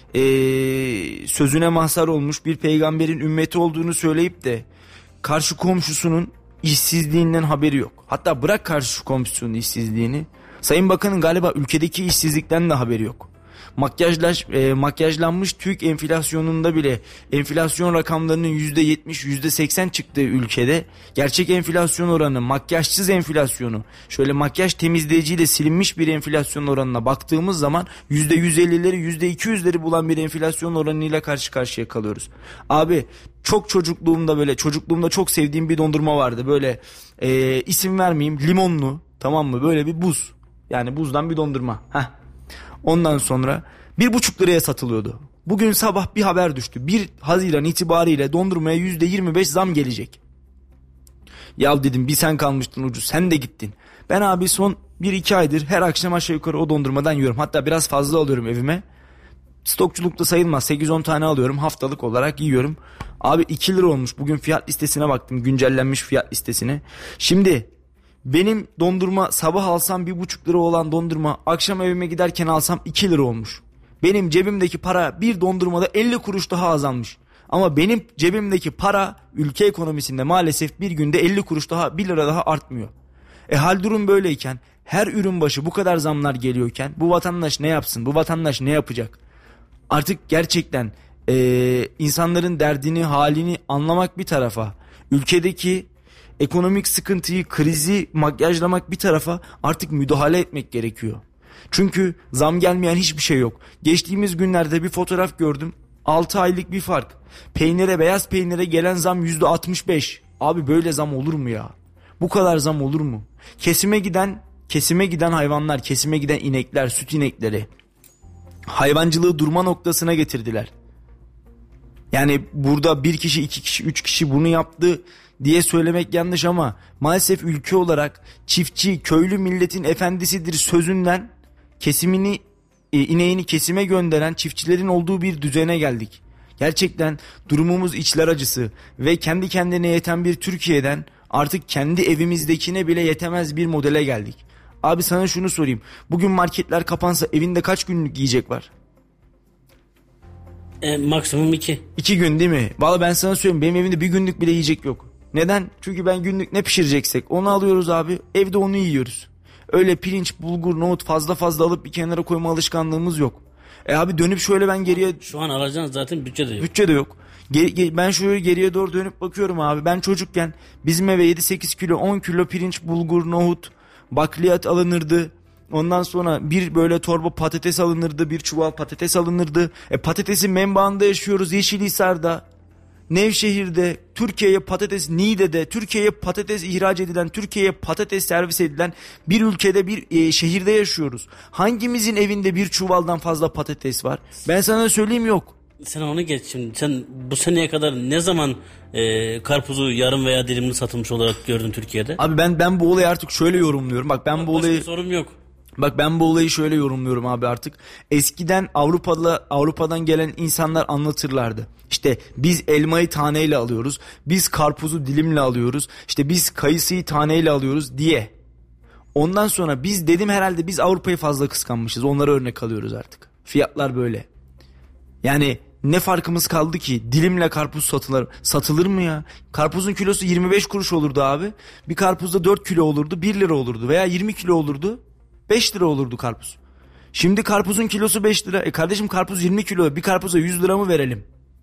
Ee, sözüne mazhar olmuş bir peygamberin ümmeti olduğunu söyleyip de karşı komşusunun işsizliğinden haberi yok. Hatta bırak karşı komşusunun işsizliğini. Sayın Bakan'ın galiba ülkedeki işsizlikten de haberi yok. Makyajlaş, e, makyajlanmış TÜİK enflasyonunda bile enflasyon rakamlarının yüzde yetmiş yüzde seksen çıktığı ülkede gerçek enflasyon oranı, makyajsız enflasyonu, şöyle makyaj temizleyiciyle silinmiş bir enflasyon oranına baktığımız zaman yüzde yüz ellileri yüzde iki yüzleri bulan bir enflasyon oranıyla karşı karşıya kalıyoruz. Abi çok çocukluğumda, böyle çocukluğumda çok sevdiğim bir dondurma vardı, böyle e, isim vermeyeyim, limonlu, tamam mı, böyle bir buz, yani buzdan bir dondurma. Heh. Ondan sonra bir buçuk liraya satılıyordu. Bugün sabah bir haber düştü. bir Haziran itibariyle dondurmaya yüzde yirmi beş zam gelecek. Ya dedim bir sen kalmıştın ucuz, sen de gittin. Ben abi son bir iki aydır her akşam aşağı yukarı o dondurmadan yiyorum. Hatta biraz fazla alıyorum evime. Stokçulukta sayılmaz, sekiz on tane alıyorum, haftalık olarak yiyorum. Abi iki lira olmuş. Bugün fiyat listesine baktım, güncellenmiş fiyat listesine. Şimdi benim dondurma sabah alsam bir buçuk lira olan dondurma akşam evime giderken alsam iki lira olmuş. Benim cebimdeki para bir dondurmada elli kuruş daha azalmış. Ama benim cebimdeki para ülke ekonomisinde maalesef bir günde elli kuruş daha, bir lira daha artmıyor. E hal durum böyleyken, her ürün başı bu kadar zamlar geliyorken bu vatandaş ne yapsın? Bu vatandaş ne yapacak? Artık gerçekten e, insanların derdini, halini anlamak bir tarafa, ülkedeki ekonomik sıkıntıyı, krizi makyajlamak bir tarafa, artık müdahale etmek gerekiyor. Çünkü zam gelmeyen hiçbir şey yok. Geçtiğimiz günlerde bir fotoğraf gördüm. altı aylık bir fark. Peynire, beyaz peynire gelen zam yüzde altmış beş. Abi böyle zam olur mu ya? Bu kadar zam olur mu? Kesime giden, kesime giden hayvanlar, kesime giden inekler, süt inekleri hayvancılığı durma noktasına getirdiler. Yani burada bir kişi, iki kişi, üç kişi bunu yaptı diye söylemek yanlış ama maalesef ülke olarak çiftçi, köylü milletin efendisidir sözünden kesimini, e, ineğini kesime gönderen çiftçilerin olduğu bir düzene geldik. Gerçekten durumumuz içler acısı ve kendi kendine yeten bir Türkiye'den artık kendi evimizdekine bile yetemez bir modele geldik. Abi sana şunu sorayım. Bugün marketler kapansa evinde kaç günlük yiyecek var? E, maksimum iki. İki gün değil mi? Vallahi ben sana söyleyeyim, benim evimde bir günlük bile yiyecek yok. Neden? Çünkü ben günlük ne pişireceksek onu alıyoruz abi. Evde onu yiyoruz. Öyle pirinç, bulgur, nohut fazla fazla alıp bir kenara koyma alışkanlığımız yok. E abi dönüp şöyle ben geriye... Şu an alacağınız zaten bütçe de yok. Bütçe de yok. Ge- ge- ben şöyle geriye doğru dönüp bakıyorum abi. Ben çocukken bizim eve yedi sekiz kilo, on kilo pirinç, bulgur, nohut, bakliyat alınırdı. Ondan sonra bir böyle torba patates alınırdı, bir çuval patates alınırdı. E patatesin menbaında yaşıyoruz, Yeşilhisar'da, Nevşehir'de, Türkiye'ye patates, Niğde'de, Türkiye'ye patates ihraç edilen, Türkiye'ye patates servis edilen bir ülkede, bir e, şehirde yaşıyoruz. Hangimizin evinde bir çuvaldan fazla patates var? Ben sana söyleyeyim, yok. Sen onu geç şimdi. Sen bu seneye kadar ne zaman e, karpuzu yarım veya dilimli satılmış olarak gördün Türkiye'de? Abi ben ben bu olayı artık şöyle yorumluyorum. Bak ben Bak, bu olayı... sorum yok. Bak ben bu olayı şöyle yorumluyorum abi artık. Eskiden Avrupa'da Avrupa'dan gelen insanlar anlatırlardı. İşte biz elmayı taneyle alıyoruz. Biz karpuzu dilimle alıyoruz. İşte biz kayısıyı taneyle alıyoruz diye. Ondan sonra biz dedim herhalde biz Avrupa'yı fazla kıskanmışız. Onlara örnek alıyoruz artık. Fiyatlar böyle. Yani ne farkımız kaldı ki? Dilimle karpuz satılır, satılır mı ya? Karpuzun kilosu yirmi beş kuruş olurdu abi. Bir karpuzda dört kilo olurdu, bir lira olurdu veya yirmi kilo olurdu. beş lira olurdu karpuz. Şimdi karpuzun kilosu beş lira. E kardeşim karpuz yirmi kilo. Bir karpuza yüz lira mı verelim?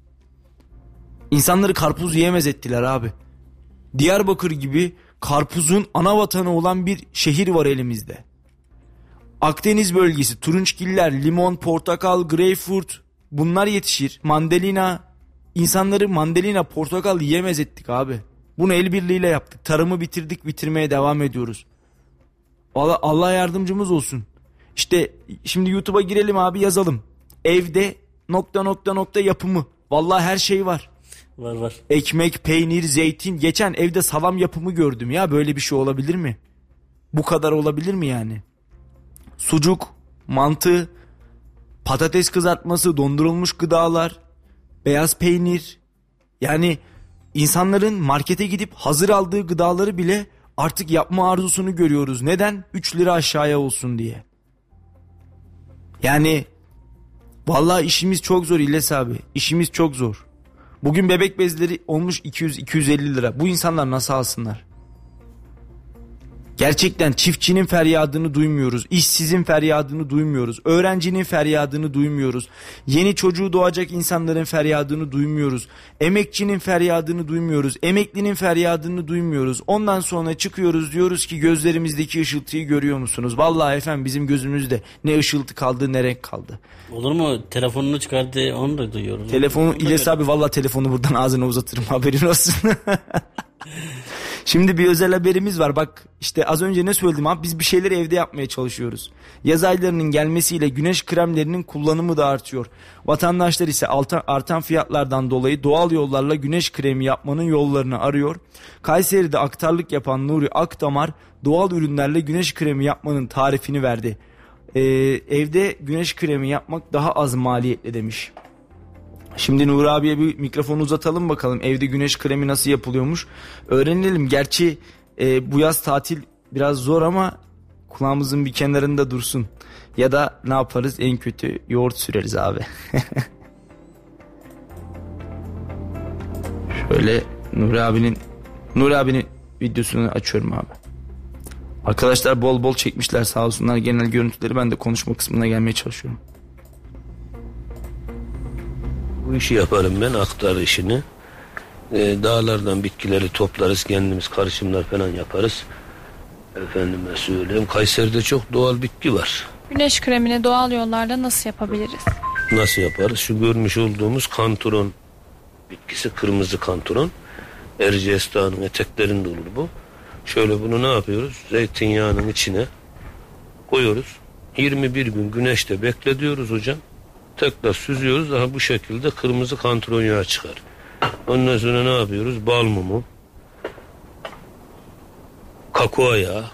İnsanları karpuz yiyemez ettiler abi. Diyarbakır gibi karpuzun ana vatanı olan bir şehir var elimizde. Akdeniz bölgesi, turunçgiller, limon, portakal, greyfurt bunlar yetişir. Mandalina. İnsanları mandalina, portakal yiyemez ettik abi. Bunu el birliğiyle yaptık. Tarımı bitirdik, bitirmeye devam ediyoruz. Allah, Allah yardımcımız olsun. İşte şimdi YouTube'a girelim abi, yazalım. Evde nokta nokta nokta yapımı. Vallahi her şey var. Var var. Ekmek, peynir, zeytin. Geçen evde salam yapımı gördüm ya. Böyle bir şey olabilir mi? Bu kadar olabilir mi yani? Sucuk, mantı, patates kızartması, dondurulmuş gıdalar, beyaz peynir. Yani insanların markete gidip hazır aldığı gıdaları bile artık yapma arzusunu görüyoruz. Neden? üç lira aşağıya olsun diye. Yani vallahi işimiz çok zor İlyas abi. İşimiz çok zor. Bugün bebek bezleri olmuş iki yüz iki yüz elli lira. Bu insanlar nasıl alsınlar? Gerçekten çiftçinin feryadını duymuyoruz. İşsizin feryadını duymuyoruz. Öğrencinin feryadını duymuyoruz. Yeni çocuğu doğacak insanların feryadını duymuyoruz. Emekçinin feryadını duymuyoruz. Emeklinin feryadını duymuyoruz. Ondan sonra çıkıyoruz, diyoruz ki gözlerimizdeki ışıltıyı görüyor musunuz? Vallahi efendim bizim gözümüzde ne ışıltı kaldı ne renk kaldı. Olur mu? Telefonunu çıkardı, onu da duyuyoruz. Telefonu İlyas abi, vallahi telefonu buradan ağzına uzatırım, haberin olsun. Şimdi bir özel haberimiz var. Bak işte az önce ne söyledim abi, biz bir şeyleri evde yapmaya çalışıyoruz. Yaz aylarının gelmesiyle güneş kremlerinin kullanımı da artıyor. Vatandaşlar ise artan fiyatlardan dolayı doğal yollarla güneş kremi yapmanın yollarını arıyor. Kayseri'de aktarlık yapan Nuri Akdamar doğal ürünlerle güneş kremi yapmanın tarifini verdi. Ee, evde güneş kremi yapmak daha az maliyetli demiş. Şimdi Nuri abiye bir mikrofonu uzatalım bakalım evde güneş kremi nasıl yapılıyormuş. Öğrenelim. Gerçi e, bu yaz tatil biraz zor ama kulağımızın bir kenarında dursun. Ya da ne yaparız, en kötü yoğurt süreriz abi. Şöyle Nuri abinin Nuri abinin videosunu açıyorum abi. Arkadaşlar bol bol çekmişler sağ olsunlar genel görüntüleri, ben de konuşma kısmına gelmeye çalışıyorum. Bu işi yaparım ben, aktar işini. Ee, dağlardan bitkileri toplarız, kendimiz karışımlar falan yaparız. Efendime söyleyeyim, Kayseri'de çok doğal bitki var. Güneş kremini doğal yollarla nasıl yapabiliriz? Nasıl yaparız? Şu görmüş olduğumuz kantaron bitkisi, kırmızı kantaron. Erciyes Dağı'nın eteklerinde olur bu. Şöyle bunu ne yapıyoruz? Zeytinyağının içine koyuyoruz. yirmi bir gün güneşte bekletiyoruz hocam. Tekrar süzüyoruz. Daha bu şekilde kırmızı kantaron yağı çıkar. Ondan sonra ne yapıyoruz? Bal mumu, kakao yağı,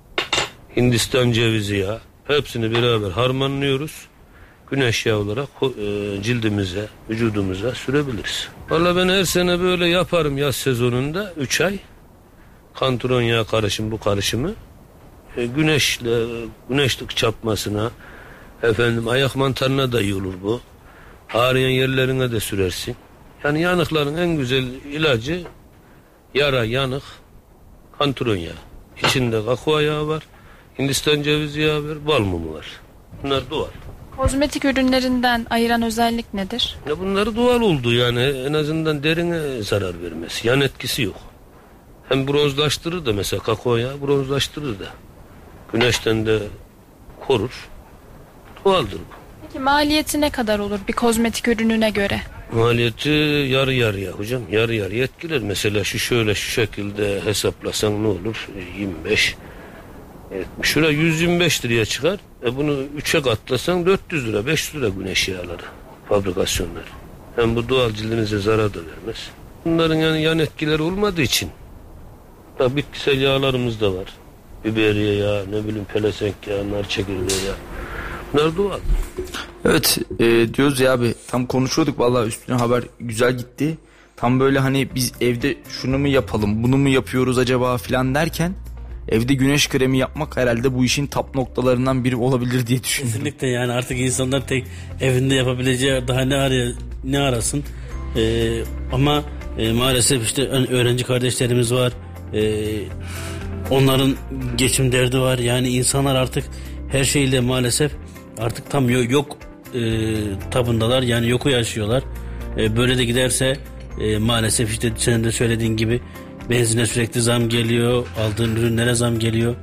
Hindistan cevizi yağı, hepsini beraber harmanlıyoruz. Güneş yağı olarak cildimize, vücudumuza sürebiliriz. Vallahi ben her sene böyle yaparım yaz sezonunda üç ay. Kantaron yağı karışım bu karışımı. E, güneşle, güneşlik çarpmasına, efendim ayak mantarına da iyi olur bu. Ağrıyan yerlerine de sürersin. Yani yanıkların en güzel ilacı yara, yanık, kantaron yağı. İçinde kakao yağı var, Hindistan cevizi yağı var, bal mumu var. Bunlar doğal. Kozmetik ürünlerinden ayıran özellik nedir? Ya bunları doğal oldu yani, en azından derine zarar vermez. Yan etkisi yok. Hem bronzlaştırır da, mesela kakao yağı bronzlaştırır da. Güneşten de korur. Doğaldır bu. Peki maliyeti ne kadar olur bir kozmetik ürününe göre? Maliyeti yarı yarıya hocam. Yarı yarıya etkiler. Mesela şu şöyle şu şekilde hesaplasan ne olur? yirmi beş yetmiş. Şuraya yüz yirmi beş liraya çıkar. E bunu üçe katlasan dört yüz lira, beş yüz lira güneş yağları. Fabrikasyonları. Hem bu doğal cildinize zarar da vermez. Bunların yani yan etkileri olmadığı için. Tabii bitkisel yağlarımız da var. Biberiye yağı, ne bileyim pelesenk yağı, nar çekirdeği yağı. Bunlar doğal. Evet e, diyoruz ya abi, tam konuşuyorduk vallahi, üstüne haber güzel gitti. Tam böyle hani biz evde şunu mu yapalım, bunu mu yapıyoruz acaba filan derken evde güneş kremi yapmak herhalde bu işin top noktalarından biri olabilir diye düşünüyorum. Kesinlikle, yani artık insanlar tek evinde yapabileceği daha ne araya ne arasın. Ee, ama e, maalesef işte öğrenci kardeşlerimiz var. Ee, onların geçim derdi var. Yani insanlar artık her şeyle maalesef artık tam yok e, tabındalar, yani yoku yaşıyorlar. E, böyle de giderse e, maalesef işte senin de söylediğin gibi benzine sürekli zam geliyor, aldığın ürünlere zam geliyor.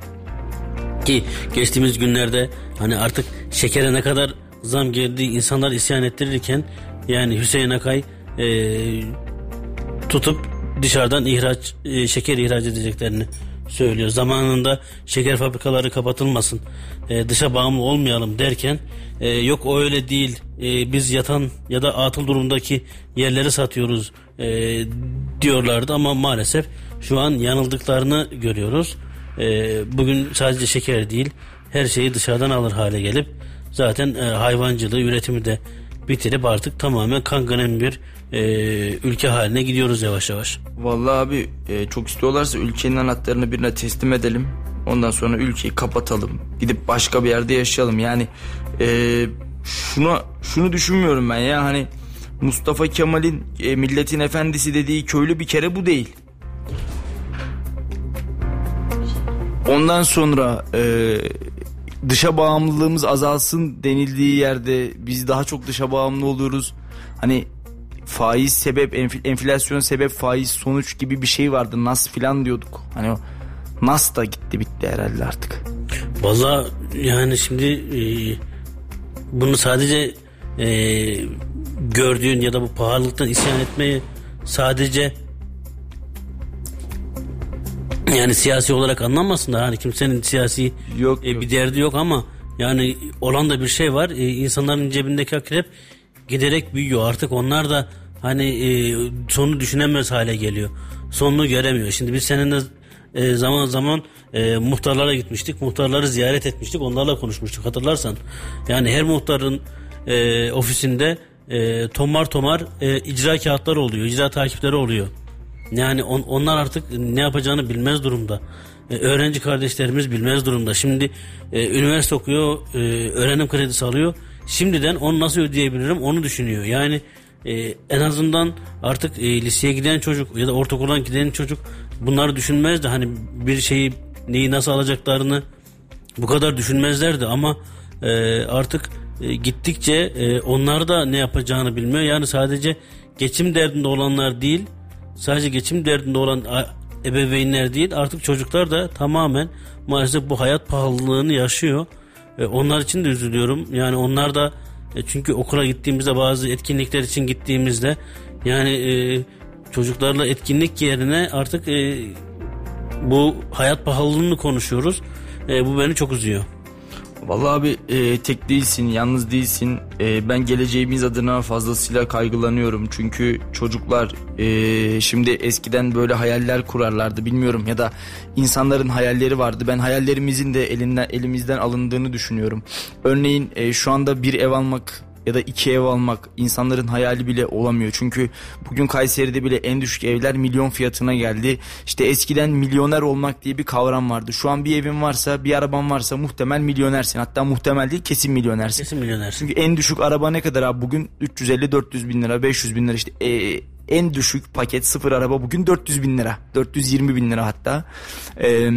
Ki geçtiğimiz günlerde hani artık şekere ne kadar zam geldiği insanlar isyan ettirirken, yani Hüseyin Akay e, tutup dışarıdan ihraç e, şeker ihraç edeceklerini söylüyor. Zamanında şeker fabrikaları kapatılmasın, e, dışa bağımlı olmayalım derken e, yok o öyle değil, e, biz yatan ya da atıl durumdaki yerleri satıyoruz e, diyorlardı ama maalesef şu an yanıldıklarını görüyoruz. E, bugün sadece şeker değil, her şeyi dışarıdan alır hale gelip zaten e, hayvancılığı, üretimi de bitirip artık tamamen kanganem bir e, ülke haline gidiyoruz yavaş yavaş. Vallahi abi e, çok istiyorlarsa ülkenin anahtarını birine teslim edelim. Ondan sonra ülkeyi kapatalım. Gidip başka bir yerde yaşayalım. Yani e, şunu şunu düşünmüyorum ben ya, hani Mustafa Kemal'in e, milletin efendisi dediği köylü bir kere bu değil. Ondan sonra e, dışa bağımlılığımız azalsın denildiği yerde biz daha çok dışa bağımlı oluyoruz. Hani faiz sebep, enflasyon sebep, faiz sonuç gibi bir şey vardı. Nas filan diyorduk. Hani o Nas da gitti bitti herhalde artık. Vallahi yani şimdi e, bunu sadece e, gördüğün ya da bu pahalılıktan isyan etmeyi sadece Yani siyasi olarak anlamasınlar. Hani kimsenin siyasi yok, e, yok. bir derdi yok ama yani olan da bir şey var. E, insanların cebindeki akrep giderek büyüyor. Artık onlar da hani e, sonunu düşünemez hale geliyor. Sonunu göremiyor. Şimdi biz seninle e, zaman zaman e, muhtarlara gitmiştik. Muhtarları ziyaret etmiştik. Onlarla konuşmuştuk, hatırlarsan. Yani her muhtarın e, ofisinde e, tomar tomar e, icra kağıtları oluyor. İcra takipleri oluyor. Yani on, onlar artık ne yapacağını bilmez durumda. Ee, öğrenci kardeşlerimiz bilmez durumda. Şimdi e, üniversite okuyor, e, öğrenim kredisi alıyor. Şimdiden onu nasıl ödeyebilirim onu düşünüyor. Yani e, en azından artık e, liseye giden çocuk ya da ortaokula giden çocuk bunları düşünmez de hani bir şeyi neyi nasıl alacaklarını bu kadar düşünmezlerdi ama e, artık e, gittikçe e, onlar da ne yapacağını bilmiyor. Yani sadece geçim derdinde olanlar değil, sadece geçim derdinde olan ebeveynler değil, artık çocuklar da tamamen maalesef bu hayat pahalılığını yaşıyor. E, onlar için de üzülüyorum. Yani onlar da e, çünkü okula gittiğimizde, bazı etkinlikler için gittiğimizde yani e, çocuklarla etkinlik yerine artık e, bu hayat pahalılığını konuşuyoruz. E, bu beni çok üzüyor. Vallahi abi e, tek değilsin, yalnız değilsin. E, ben geleceğimiz adına fazlasıyla kaygılanıyorum. Çünkü çocuklar e, şimdi eskiden böyle hayaller kurarlardı, bilmiyorum, ya da insanların hayalleri vardı. Ben hayallerimizin de elinden elimizden alındığını düşünüyorum. Örneğin e, şu anda bir ev almak ya da iki ev almak insanların hayali bile olamıyor. Çünkü bugün Kayseri'de bile en düşük evler milyon fiyatına geldi. İşte eskiden milyoner olmak diye bir kavram vardı. Şu an bir evin varsa, bir araban varsa muhtemel milyonersin. Hatta muhtemel değil, kesin milyonersin. Kesin milyonersin. Çünkü en düşük araba ne kadar abi? Bugün üç yüz elli dört yüz bin lira, beş yüz bin lira işte. Ee, en düşük paket sıfır araba bugün dört yüz bin lira. dört yüz yirmi bin lira hatta. Eee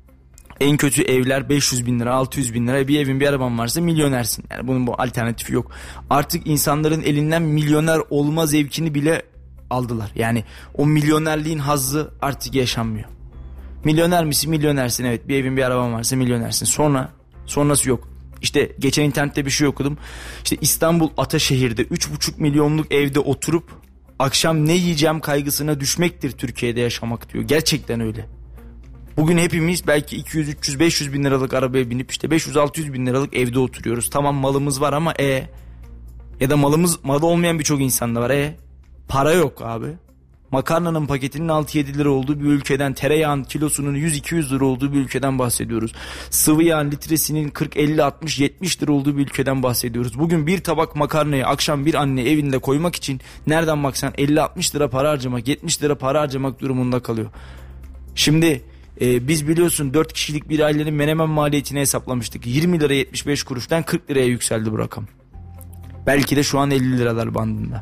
En kötü evler beş yüz bin lira, altı yüz bin lira. Bir evin, bir araban varsa milyonersin. Yani bunun bu alternatifi yok. Artık insanların elinden milyoner olma zevkini bile aldılar. Yani o milyonerliğin hazzı artık yaşanmıyor. Milyoner misin? Milyonersin, evet. Bir evin, bir araban varsa milyonersin. Sonra, sonrası yok. İşte geçen internette bir şey okudum. İşte İstanbul Ataşehir'de üç buçuk milyonluk evde oturup akşam ne yiyeceğim kaygısına düşmektir Türkiye'de yaşamak diyor. Gerçekten öyle. Bugün hepimiz belki iki yüz, üç yüz, beş yüz bin liralık arabaya binip işte beş yüz, altı yüz bin liralık evde oturuyoruz. Tamam, malımız var ama e ya da malımız malı olmayan birçok insan da var. E para yok abi. Makarnanın paketinin altı yedi lira olduğu bir ülkeden, tereyağın kilosunun yüz iki yüz lira olduğu bir ülkeden bahsediyoruz. Sıvı yağın litresinin kırk, elli, altmış, yetmiş lira olduğu bir ülkeden bahsediyoruz. Bugün bir tabak makarnayı akşam bir anne evinde koymak için nereden baksan elli altmış lira para harcamak, yetmiş lira para harcamak durumunda kalıyor. Şimdi Ee, biz biliyorsun dört kişilik bir ailenin menemen maliyetini hesaplamıştık. yirmi lira yetmiş beş kuruştan kırk liraya yükseldi bu rakam. Belki de şu an elli liralar bandında.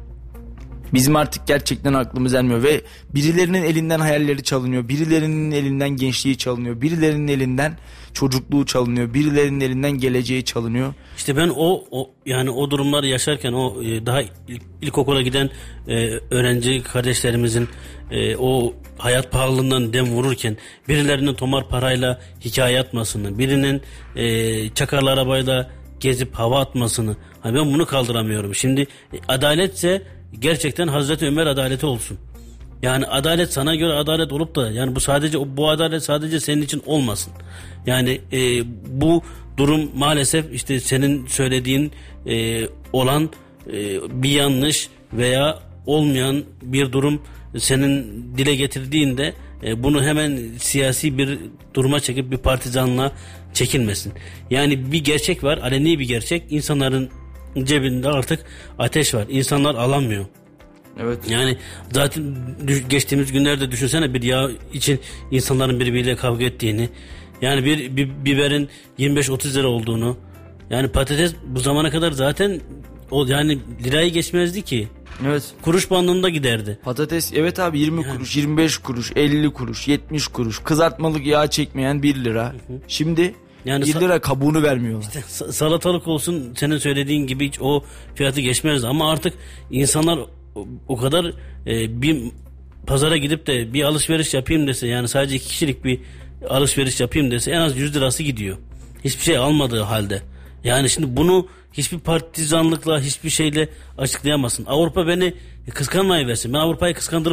Bizim artık gerçekten aklımız ermiyor ve birilerinin elinden hayalleri çalınıyor. Birilerinin elinden gençliği çalınıyor. Birilerinin elinden çocukluğu çalınıyor. Birilerinin elinden geleceği çalınıyor. İşte ben o, o yani o durumları yaşarken, o e, daha ilk, ilkokula giden e, öğrenci kardeşlerimizin e, o hayat pahalılığından dem vururken birilerinin tomar parayla hikaye atmasını, birinin e, çakarlı arabayla gezip hava atmasını, hani ben bunu kaldıramıyorum. Şimdi e, adaletse gerçekten Hazreti Ömer adaleti olsun. Yani adalet sana göre adalet olup da yani bu sadece bu adalet sadece senin için olmasın. Yani e, bu durum maalesef işte senin söylediğin e, olan e, bir yanlış veya olmayan bir durum senin dile getirdiğinde e, bunu hemen siyasi bir duruma çekip bir partizanlığa çekilmesin. Yani bir gerçek var, aleni bir gerçek. İnsanların cebinde artık ateş var. İnsanlar alamıyor. Evet. Yani zaten geçtiğimiz günlerde düşünsene bir yağ için insanların birbiriyle kavga ettiğini. Yani bir, bir biberin yirmi beş otuz lira olduğunu. Yani patates bu zamana kadar zaten o yani lirayı geçmezdi ki. Evet. Kuruş bandında giderdi. Patates evet abi yirmi yani. kuruş, yirmi beş kuruş, elli kuruş, yetmiş kuruş. Kızartmalık yağ çekmeyen bir lira. Hı hı. Şimdi yani bir lira kabuğunu vermiyorlar. İşte salatalık olsun senin söylediğin gibi hiç o fiyatı geçmezdi ama artık insanlar o, o kadar e, bir pazara gidip de bir alışveriş yapayım dese, yani sadece iki kişilik bir alışveriş yapayım dese en az yüz lirası gidiyor. Hiçbir şey almadığı halde. Yani şimdi bunu hiçbir partizanlıkla, hiçbir şeyle açıklayamazsın. Avrupa beni kıskanmayı versin. Ben Avrupa'yı kıskandırmayayım.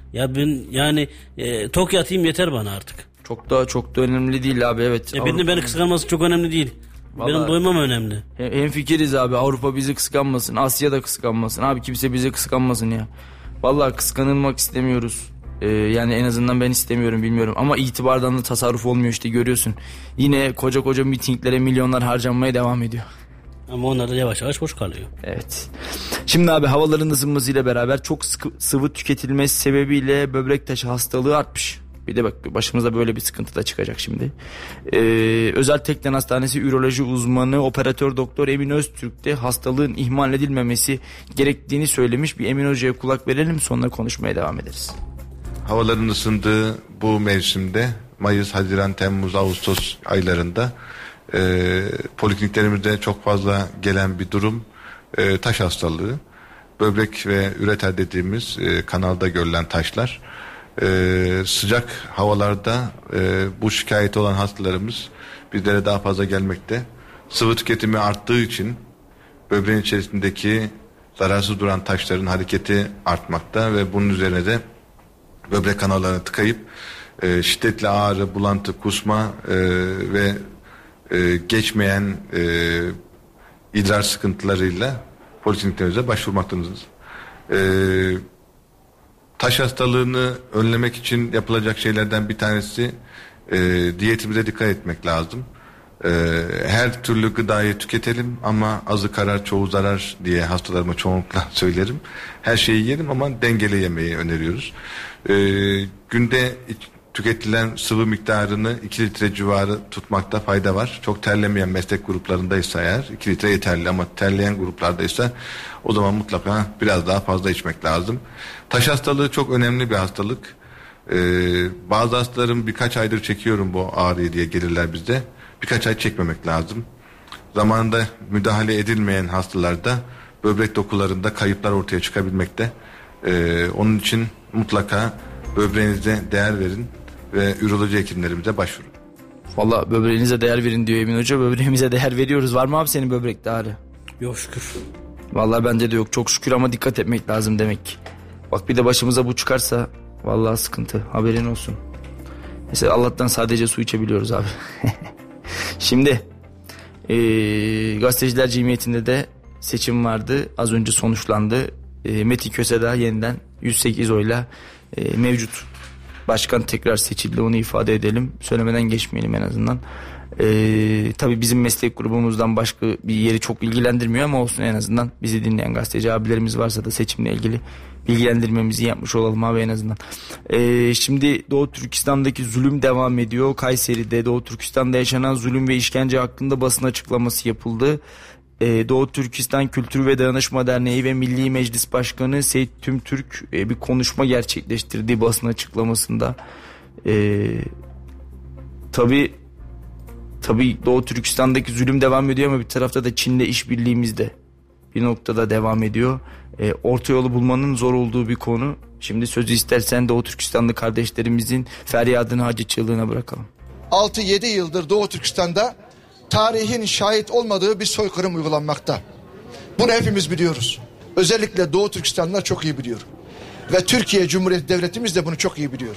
Ya ben yani e, tok yatayım yeter bana artık. Çok da çok da önemli değil abi, evet. Ya benim beni kıskanması çok önemli değil. Vallahi benim doymam önemli. Hem fikiriz abi, Avrupa bizi kıskanmasın, Asya da kıskanmasın abi, kimse bizi kıskanmasın ya. Vallahi kıskanılmak istemiyoruz. Ee, yani en azından ben istemiyorum, bilmiyorum ama itibardan da tasarruf olmuyor işte, görüyorsun. Yine koca koca mitinglere milyonlar harcanmaya devam ediyor. Ama onlar da yavaş yavaş boş kalıyor. Evet. Şimdi abi havaların ısınmasıyla beraber çok sıkı, sıvı tüketilmesi sebebiyle böbrek taşı hastalığı artmış. Bir de bak başımıza böyle bir sıkıntı da çıkacak şimdi. Ee, Özel Teknen Hastanesi Üroloji uzmanı operatör doktor Emin Öztürk de hastalığın ihmal edilmemesi gerektiğini söylemiş. Bir Emin Hoca'ya kulak verelim, sonra konuşmaya devam ederiz. Havaların ısındığı bu mevsimde Mayıs, Haziran, Temmuz, Ağustos aylarında e, polikliniklerimizde çok fazla gelen bir durum e, taş hastalığı. Böbrek ve üreter dediğimiz e, kanalda görülen taşlar. E, sıcak havalarda e, bu şikayeti olan hastalarımız bizlere daha fazla gelmekte. Sıvı tüketimi arttığı için böbreğin içerisindeki zararsız duran taşların hareketi artmakta ve bunun üzerine de böbrek kanallarını tıkayıp e, şiddetli ağrı, bulantı, kusma e, ve e, geçmeyen e, idrar sıkıntılarıyla polikliniklerimize başvurmaktasınız. E, taş hastalığını önlemek için yapılacak şeylerden bir tanesi e, diyetimize dikkat etmek lazım. E, her türlü gıdayı tüketelim ama azı karar çoğu zarar diye hastalarıma çoğunlukla söylerim. Her şeyi yiyelim ama dengeli yemeği öneriyoruz. E, günde tüketilen sıvı miktarını iki litre civarı tutmakta fayda var. Çok terlemeyen meslek gruplarındaysa eğer iki litre yeterli, ama terleyen gruplardaysa o zaman mutlaka biraz daha fazla içmek lazım. Taş hastalığı çok önemli bir hastalık. Ee, bazı hastalarım birkaç aydır çekiyorum bu ağrıyı diye gelirler bizde. Birkaç ay çekmemek lazım. Zamanında müdahale edilmeyen hastalarda böbrek dokularında kayıplar ortaya çıkabilmekte. Ee, onun için mutlaka böbreğinize değer verin ve üroloji hekimlerimize başvurun. Valla böbreğinize değer verin diyor Emin Hoca. Böbreğimize değer veriyoruz. Var mı abi senin böbrekte ağrı? Yok şükür. Valla bende de yok çok şükür, ama dikkat etmek lazım demek ki. Bak bir de başımıza bu çıkarsa vallahi sıkıntı, haberin olsun. Mesela Allah'tan sadece su içebiliyoruz abi. Şimdi ee, Gazeteciler Cemiyeti'nde de seçim vardı. Az önce sonuçlandı. E, Metin Kösedağ yeniden yüz sekiz oyla e, mevcut başkan tekrar seçildi, onu ifade edelim. Söylemeden geçmeyelim en azından. Ee, tabii bizim meslek grubumuzdan başka bir yeri çok ilgilendirmiyor ama olsun, en azından bizi dinleyen gazeteci abilerimiz varsa da seçimle ilgili bilgilendirmemizi yapmış olalım abi en azından. Ee, şimdi Doğu Türkistan'daki zulüm devam ediyor. Kayseri'de Doğu Türkistan'da yaşanan zulüm ve işkence hakkında basın açıklaması yapıldı. Ee, Doğu Türkistan Kültür ve Dayanışma Derneği ve Milli Meclis Başkanı Seyit Tümtürk e, bir konuşma gerçekleştirdiği basın açıklamasında. Ee, tabii Tabii Doğu Türkistan'daki zulüm devam ediyor ama bir tarafta da Çin'le işbirliğimiz de bir noktada devam ediyor. E, orta yolu bulmanın zor olduğu bir konu. Şimdi sözü istersen Doğu Türkistanlı kardeşlerimizin feryadını, hacı çığlığına bırakalım. altı yedi yıldır Doğu Türkistan'da tarihin şahit olmadığı bir soykırım uygulanmakta. Bunu hepimiz biliyoruz. Özellikle Doğu Türkistanlılar çok iyi biliyor. Ve Türkiye Cumhuriyeti Devletimiz de bunu çok iyi biliyor.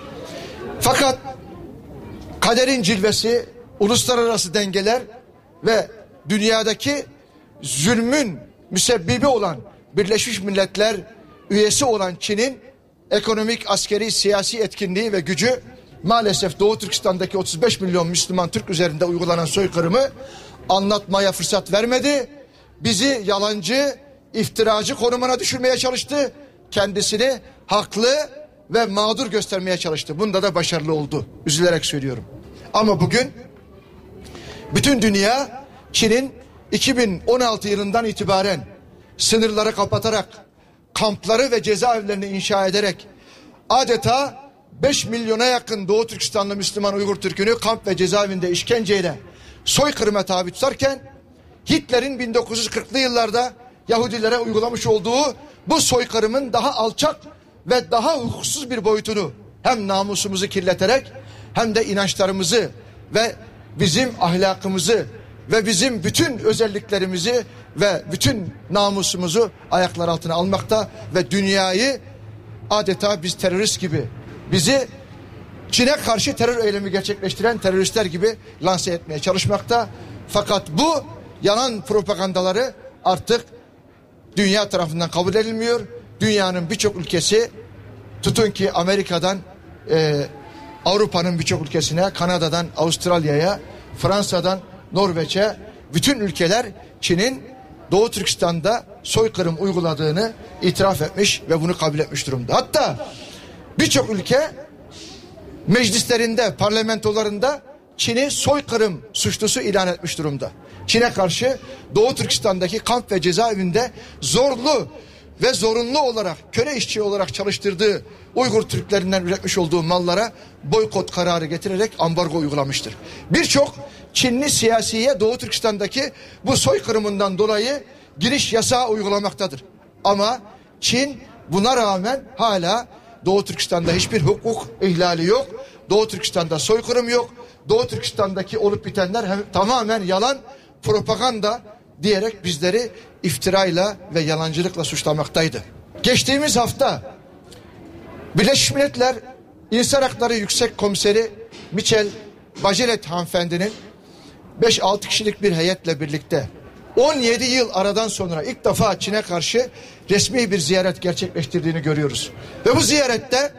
Fakat kaderin cilvesi, uluslararası dengeler ve dünyadaki zulmün müsebbibi olan Birleşmiş Milletler üyesi olan Çin'in ekonomik, askeri, siyasi etkinliği ve gücü maalesef Doğu Türkistan'daki otuz beş milyon Müslüman Türk üzerinde uygulanan soykırımı anlatmaya fırsat vermedi. Bizi yalancı, iftiracı konumuna düşürmeye çalıştı. Kendisini haklı ve mağdur göstermeye çalıştı. Bunda da başarılı oldu. Üzülerek söylüyorum. Ama bugün bütün dünya Çin'in iki bin on altı yılından itibaren sınırları kapatarak, kampları ve cezaevlerini inşa ederek adeta beş milyona yakın Doğu Türkistanlı Müslüman Uygur Türk'ünü kamp ve cezaevinde işkenceyle soykırıma tabi tutarken, Hitler'in bin dokuz yüz kırklı yıllarda Yahudilere uygulamış olduğu bu soykırımın daha alçak ve daha hukuksuz bir boyutunu hem namusumuzu kirleterek hem de inançlarımızı ve bizim ahlakımızı ve bizim bütün özelliklerimizi ve bütün namusumuzu ayaklar altına almakta ve dünyayı adeta biz terörist gibi, bizi Çin'e karşı terör eylemi gerçekleştiren teröristler gibi lanse etmeye çalışmakta. Fakat bu yalan propagandaları artık dünya tarafından kabul edilmiyor. Dünyanın birçok ülkesi, tutun ki Amerika'dan e, Avrupa'nın birçok ülkesine, Kanada'dan Avustralya'ya, Fransa'dan Norveç'e, bütün ülkeler Çin'in Doğu Türkistan'da soykırım uyguladığını itiraf etmiş ve bunu kabul etmiş durumda. Hatta birçok ülke meclislerinde, parlamentolarında Çin'i soykırım suçlusu ilan etmiş durumda. Çin'e karşı Doğu Türkistan'daki kamp ve cezaevinde zorlu ve zorunlu olarak, köle işçi olarak çalıştırdığı Uygur Türklerinden üretmiş olduğu mallara boykot kararı getirerek ambargo uygulamıştır. Birçok Çinli siyasiye Doğu Türkistan'daki bu soykırımından dolayı giriş yasağı uygulamaktadır. Ama Çin buna rağmen hala Doğu Türkistan'da hiçbir hukuk ihlali yok. Doğu Türkistan'da soykırım yok. Doğu Türkistan'daki olup bitenler hem, tamamen yalan, propaganda diyerek bizleri iftirayla ve yalancılıkla suçlamaktaydı. Geçtiğimiz hafta Birleşmiş Milletler İnsan Hakları Yüksek Komiseri Michelle Bachelet hanımefendinin beş altı kişilik bir heyetle birlikte on yedi yıl aradan sonra ilk defa Çin'e karşı resmi bir ziyaret gerçekleştirdiğini görüyoruz. Ve bu ziyarette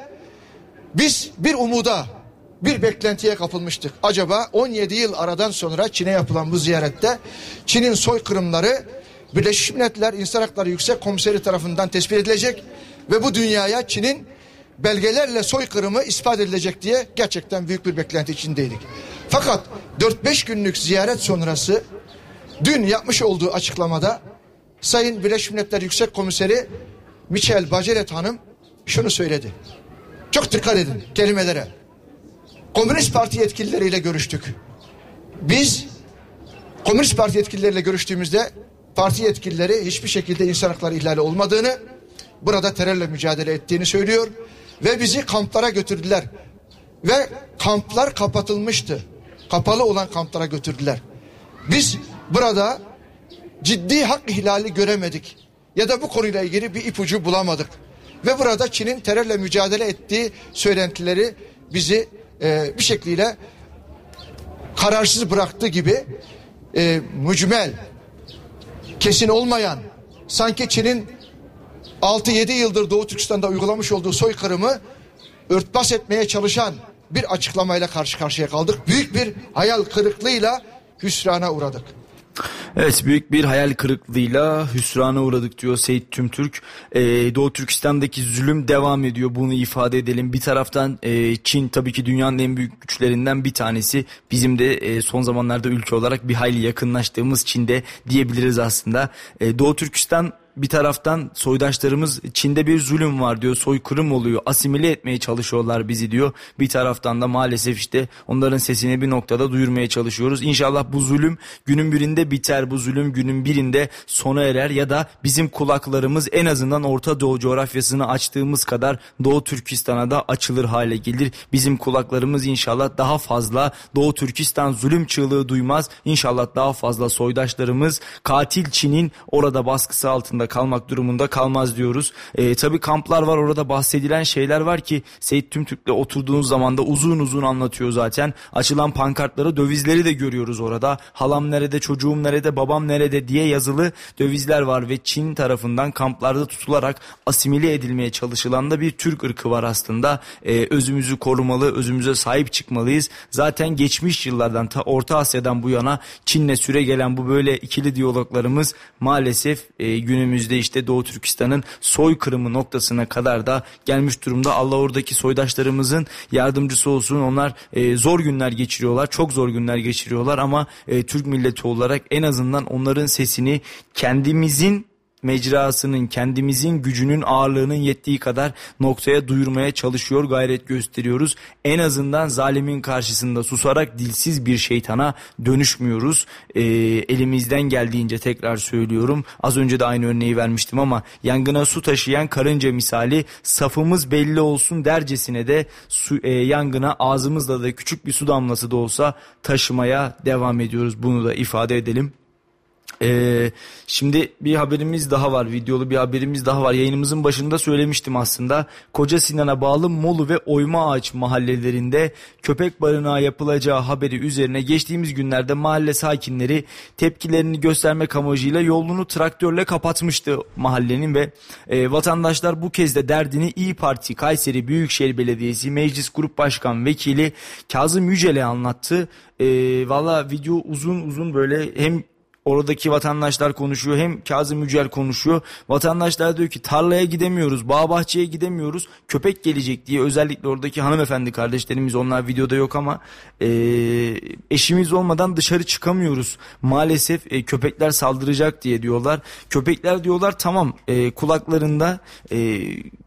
biz bir umuda, bir beklentiye kapılmıştık. Acaba on yedi yıl aradan sonra Çin'e yapılan bu ziyarette Çin'in soykırımları Birleşmiş Milletler İnsan Hakları Yüksek Komiseri tarafından tespit edilecek ve bu dünyaya Çin'in belgelerle soykırımı ispat edilecek diye gerçekten büyük bir beklenti içindeydik. Fakat dört beş günlük ziyaret sonrası dün yapmış olduğu açıklamada Sayın Birleşmiş Milletler Yüksek Komiseri Michelle Bachelet Hanım şunu söyledi. Çok dikkat edin kelimelere. Komünist Parti yetkilileriyle görüştük. Biz Komünist Parti yetkilileriyle görüştüğümüzde parti yetkilileri hiçbir şekilde insan hakları ihlali olmadığını, burada terörle mücadele ettiğini söylüyor ve bizi kamplara götürdüler. Ve kamplar kapatılmıştı. Kapalı olan kamplara götürdüler. Biz burada ciddi hak ihlali göremedik. Ya da bu konuyla ilgili bir ipucu bulamadık. Ve burada Çin'in terörle mücadele ettiği söylentileri bizi e, bir şekliyle kararsız bıraktığı gibi e, mücmel, kesin olmayan, sanki Çin'in altı yedi yıldır Doğu Türkistan'da uygulamış olduğu soykırımı örtbas etmeye çalışan bir açıklamayla karşı karşıya kaldık. Büyük bir hayal kırıklığıyla hüsrana uğradık. Evet, büyük bir hayal kırıklığıyla hüsrana uğradık diyor Seyit Tümtürk. Ee, Doğu Türkistan'daki zulüm devam ediyor, bunu ifade edelim. Bir taraftan e, Çin tabii ki dünyanın en büyük güçlerinden bir tanesi. Bizim de e, son zamanlarda ülke olarak bir hayli yakınlaştığımız Çin'de diyebiliriz aslında. E, Doğu Türkistan bir taraftan soydaşlarımız Çin'de bir zulüm var diyor, soykırım oluyor, asimile etmeye çalışıyorlar bizi diyor. Bir taraftan da maalesef işte onların sesini bir noktada duyurmaya çalışıyoruz. İnşallah bu zulüm günün birinde biter, bu zulüm günün birinde sona erer ya da bizim kulaklarımız en azından Orta Doğu coğrafyasını açtığımız kadar Doğu Türkistan'a da açılır hale gelir. Bizim kulaklarımız inşallah daha fazla Doğu Türkistan zulüm çığlığı duymaz. İnşallah daha fazla soydaşlarımız katil Çin'in orada baskısı altında kalmak durumunda kalmaz diyoruz. E, tabii kamplar var, orada bahsedilen şeyler var ki Seyit Tümtürk'le oturduğunuz zaman da uzun uzun anlatıyor zaten. Açılan pankartları, dövizleri de görüyoruz orada. Halam nerede, çocuğum nerede, babam nerede diye yazılı dövizler var ve Çin tarafından kamplarda tutularak asimile edilmeye çalışılan da bir Türk ırkı var aslında. E, özümüzü korumalı, özümüze sahip çıkmalıyız. Zaten geçmiş yıllardan, ta Orta Asya'dan bu yana Çin'le süre gelen bu böyle ikili diyaloglarımız maalesef e, günümüzde işte Doğu Türkistan'ın soykırımı noktasına kadar da gelmiş durumda. Allah oradaki soydaşlarımızın yardımcısı olsun. Onlar e, zor günler geçiriyorlar. Çok zor günler geçiriyorlar ama e, Türk milleti olarak en azından onların sesini kendimizin mecrasının, kendimizin gücünün, ağırlığının yettiği kadar noktaya duyurmaya çalışıyor, gayret gösteriyoruz. En azından zalimin karşısında susarak dilsiz bir şeytana dönüşmüyoruz. Ee, elimizden geldiğince, tekrar söylüyorum, az önce de aynı örneği vermiştim ama yangına su taşıyan karınca misali safımız belli olsun dercesine de su, e, yangına ağzımızla da küçük bir su damlası da olsa taşımaya devam ediyoruz. Bunu da ifade edelim. Ee, şimdi bir haberimiz daha var, videolu bir haberimiz daha var. Yayınımızın başında söylemiştim aslında. Koca Sinan'a bağlı Molu ve Oymaağaç mahallelerinde köpek barınağı yapılacağı haberi üzerine geçtiğimiz günlerde mahalle sakinleri tepkilerini göstermek amacıyla yolunu traktörle kapatmıştı mahallenin ve e, vatandaşlar bu kez de derdini İyi Parti Kayseri Büyükşehir Belediyesi Meclis Grup Başkan Vekili Kazım Yücel'e anlattı. E, Valla video uzun uzun böyle hem oradaki vatandaşlar konuşuyor hem Kazım Yücel konuşuyor. Vatandaşlar diyor ki tarlaya gidemiyoruz, bağ bahçeye gidemiyoruz, köpek gelecek diye. Özellikle oradaki hanımefendi kardeşlerimiz, onlar videoda yok ama e, eşimiz olmadan dışarı çıkamıyoruz. Maalesef e, köpekler saldıracak diye diyorlar. Köpekler diyorlar tamam e, kulaklarında e,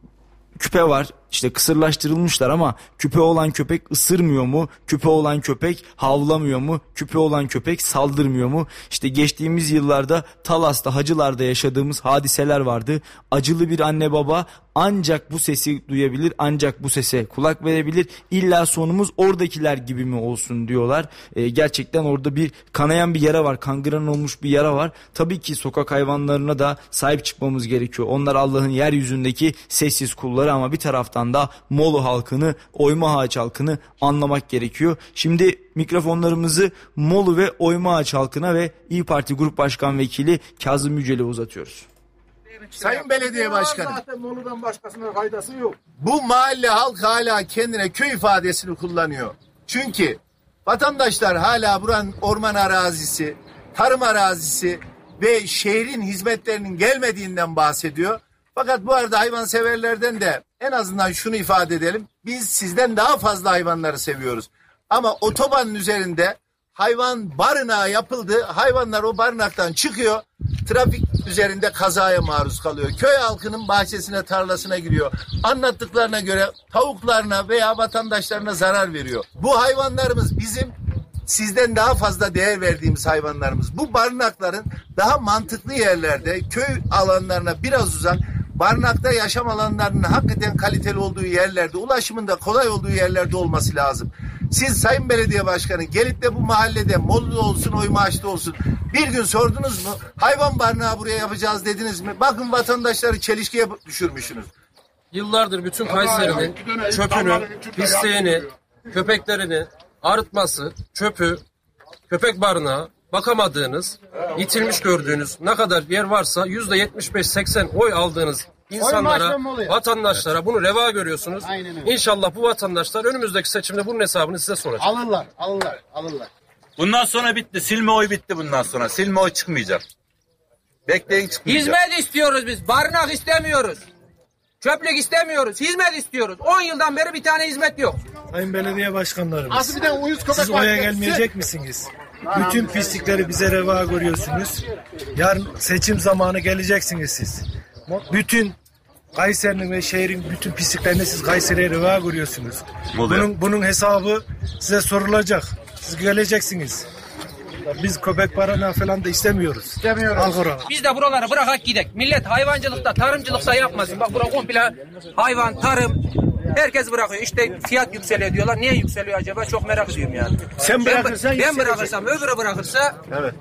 küpe var. İşte kısırlaştırılmışlar ama küpe olan köpek ısırmıyor mu? Küpe olan köpek havlamıyor mu? Küpe olan köpek saldırmıyor mu? İşte geçtiğimiz yıllarda Talas'ta, Hacılar'da yaşadığımız hadiseler vardı. Acılı bir anne baba ancak bu sesi duyabilir, ancak bu sese kulak verebilir. İlla sonumuz oradakiler gibi mi olsun diyorlar. Ee, gerçekten orada bir kanayan bir yara var, kangren olmuş bir yara var. Tabii ki sokak hayvanlarına da sahip çıkmamız gerekiyor. Onlar Allah'ın yeryüzündeki sessiz kulları ama bir taraftan da Molu halkını, Oymaağaç halkını anlamak gerekiyor. Şimdi mikrofonlarımızı Molu ve Oymaağaç halkına ve İyi Parti Grup Başkan Vekili Kazım Yücel'e uzatıyoruz. Sayın Belediye Başkanı, zaten Molu'dan başkasına faydası yok. Bu mahalle halk hala kendine köy ifadesini kullanıyor. Çünkü vatandaşlar hala buranın orman arazisi, tarım arazisi ve şehrin hizmetlerinin gelmediğinden bahsediyor. Fakat bu arada hayvanseverlerden de en azından şunu ifade edelim. Biz sizden daha fazla hayvanları seviyoruz. Ama otobanın üzerinde hayvan barınağı yapıldı. Hayvanlar o barınaktan çıkıyor. Trafik üzerinde kazaya maruz kalıyor. Köy halkının bahçesine, tarlasına giriyor. Anlattıklarına göre tavuklarına veya vatandaşlarına zarar veriyor. Bu hayvanlarımız bizim sizden daha fazla değer verdiğimiz hayvanlarımız. Bu barınakların daha mantıklı yerlerde, köy alanlarına biraz uzak, barınakta yaşam alanlarının hakikaten kaliteli olduğu yerlerde, ulaşımında kolay olduğu yerlerde olması lazım. Siz Sayın Belediye Başkanı gelip de bu mahallede Molu'da olsun, Oymaağaç'ta olsun bir gün sordunuz mu? Hayvan barınağı buraya yapacağız dediniz mi? Bakın vatandaşları çelişkiye düşürmüşsünüz. Yıllardır bütün Kayseri'nin çöpünü, pisliğini, köpeklerini arıtması, çöpü, köpek barınağı, bakamadığınız, itilmiş gördüğünüz ne kadar yer varsa yüzde yetmiş beş seksen oy aldığınız insanlara, vatandaşlara bunu reva görüyorsunuz. İnşallah bu vatandaşlar önümüzdeki seçimde bunun hesabını size soracak. Alırlar, alırlar, alırlar. Bundan sonra bitti. Silme oy bitti bundan sonra. Silme oy çıkmayacak. Bekleyin çıkmayacak. Hizmet istiyoruz biz. Barınak istemiyoruz. Çöplük istemiyoruz. Hizmet istiyoruz. on yıldan beri bir tane hizmet yok. Sayın belediye başkanlarımız. Aslında uyuz siz oya gelmeyecek misiniz? Bütün pislikleri bize reva görüyorsunuz. Yarın seçim zamanı geleceksiniz siz. Bütün Kayseri'nin ve şehrin bütün pisliklerini siz Kayseri'ye reva görüyorsunuz. Bunun, bunun hesabı size sorulacak. Siz geleceksiniz. Biz köpek barınağı falan da istemiyoruz. İstemiyoruz. Biz de buraları bırakak gidek. Millet hayvancılıkta, tarımcılıkta yapmasın. Bak bura komple hayvan, tarım. Herkes bırakıyor. İşte fiyat yükseliyor diyorlar. Niye yükseliyor acaba? Çok merak ediyorum yani. Sen bırakırsan Ben, ben bırakırsam, öbürü bırakırsa. Evet.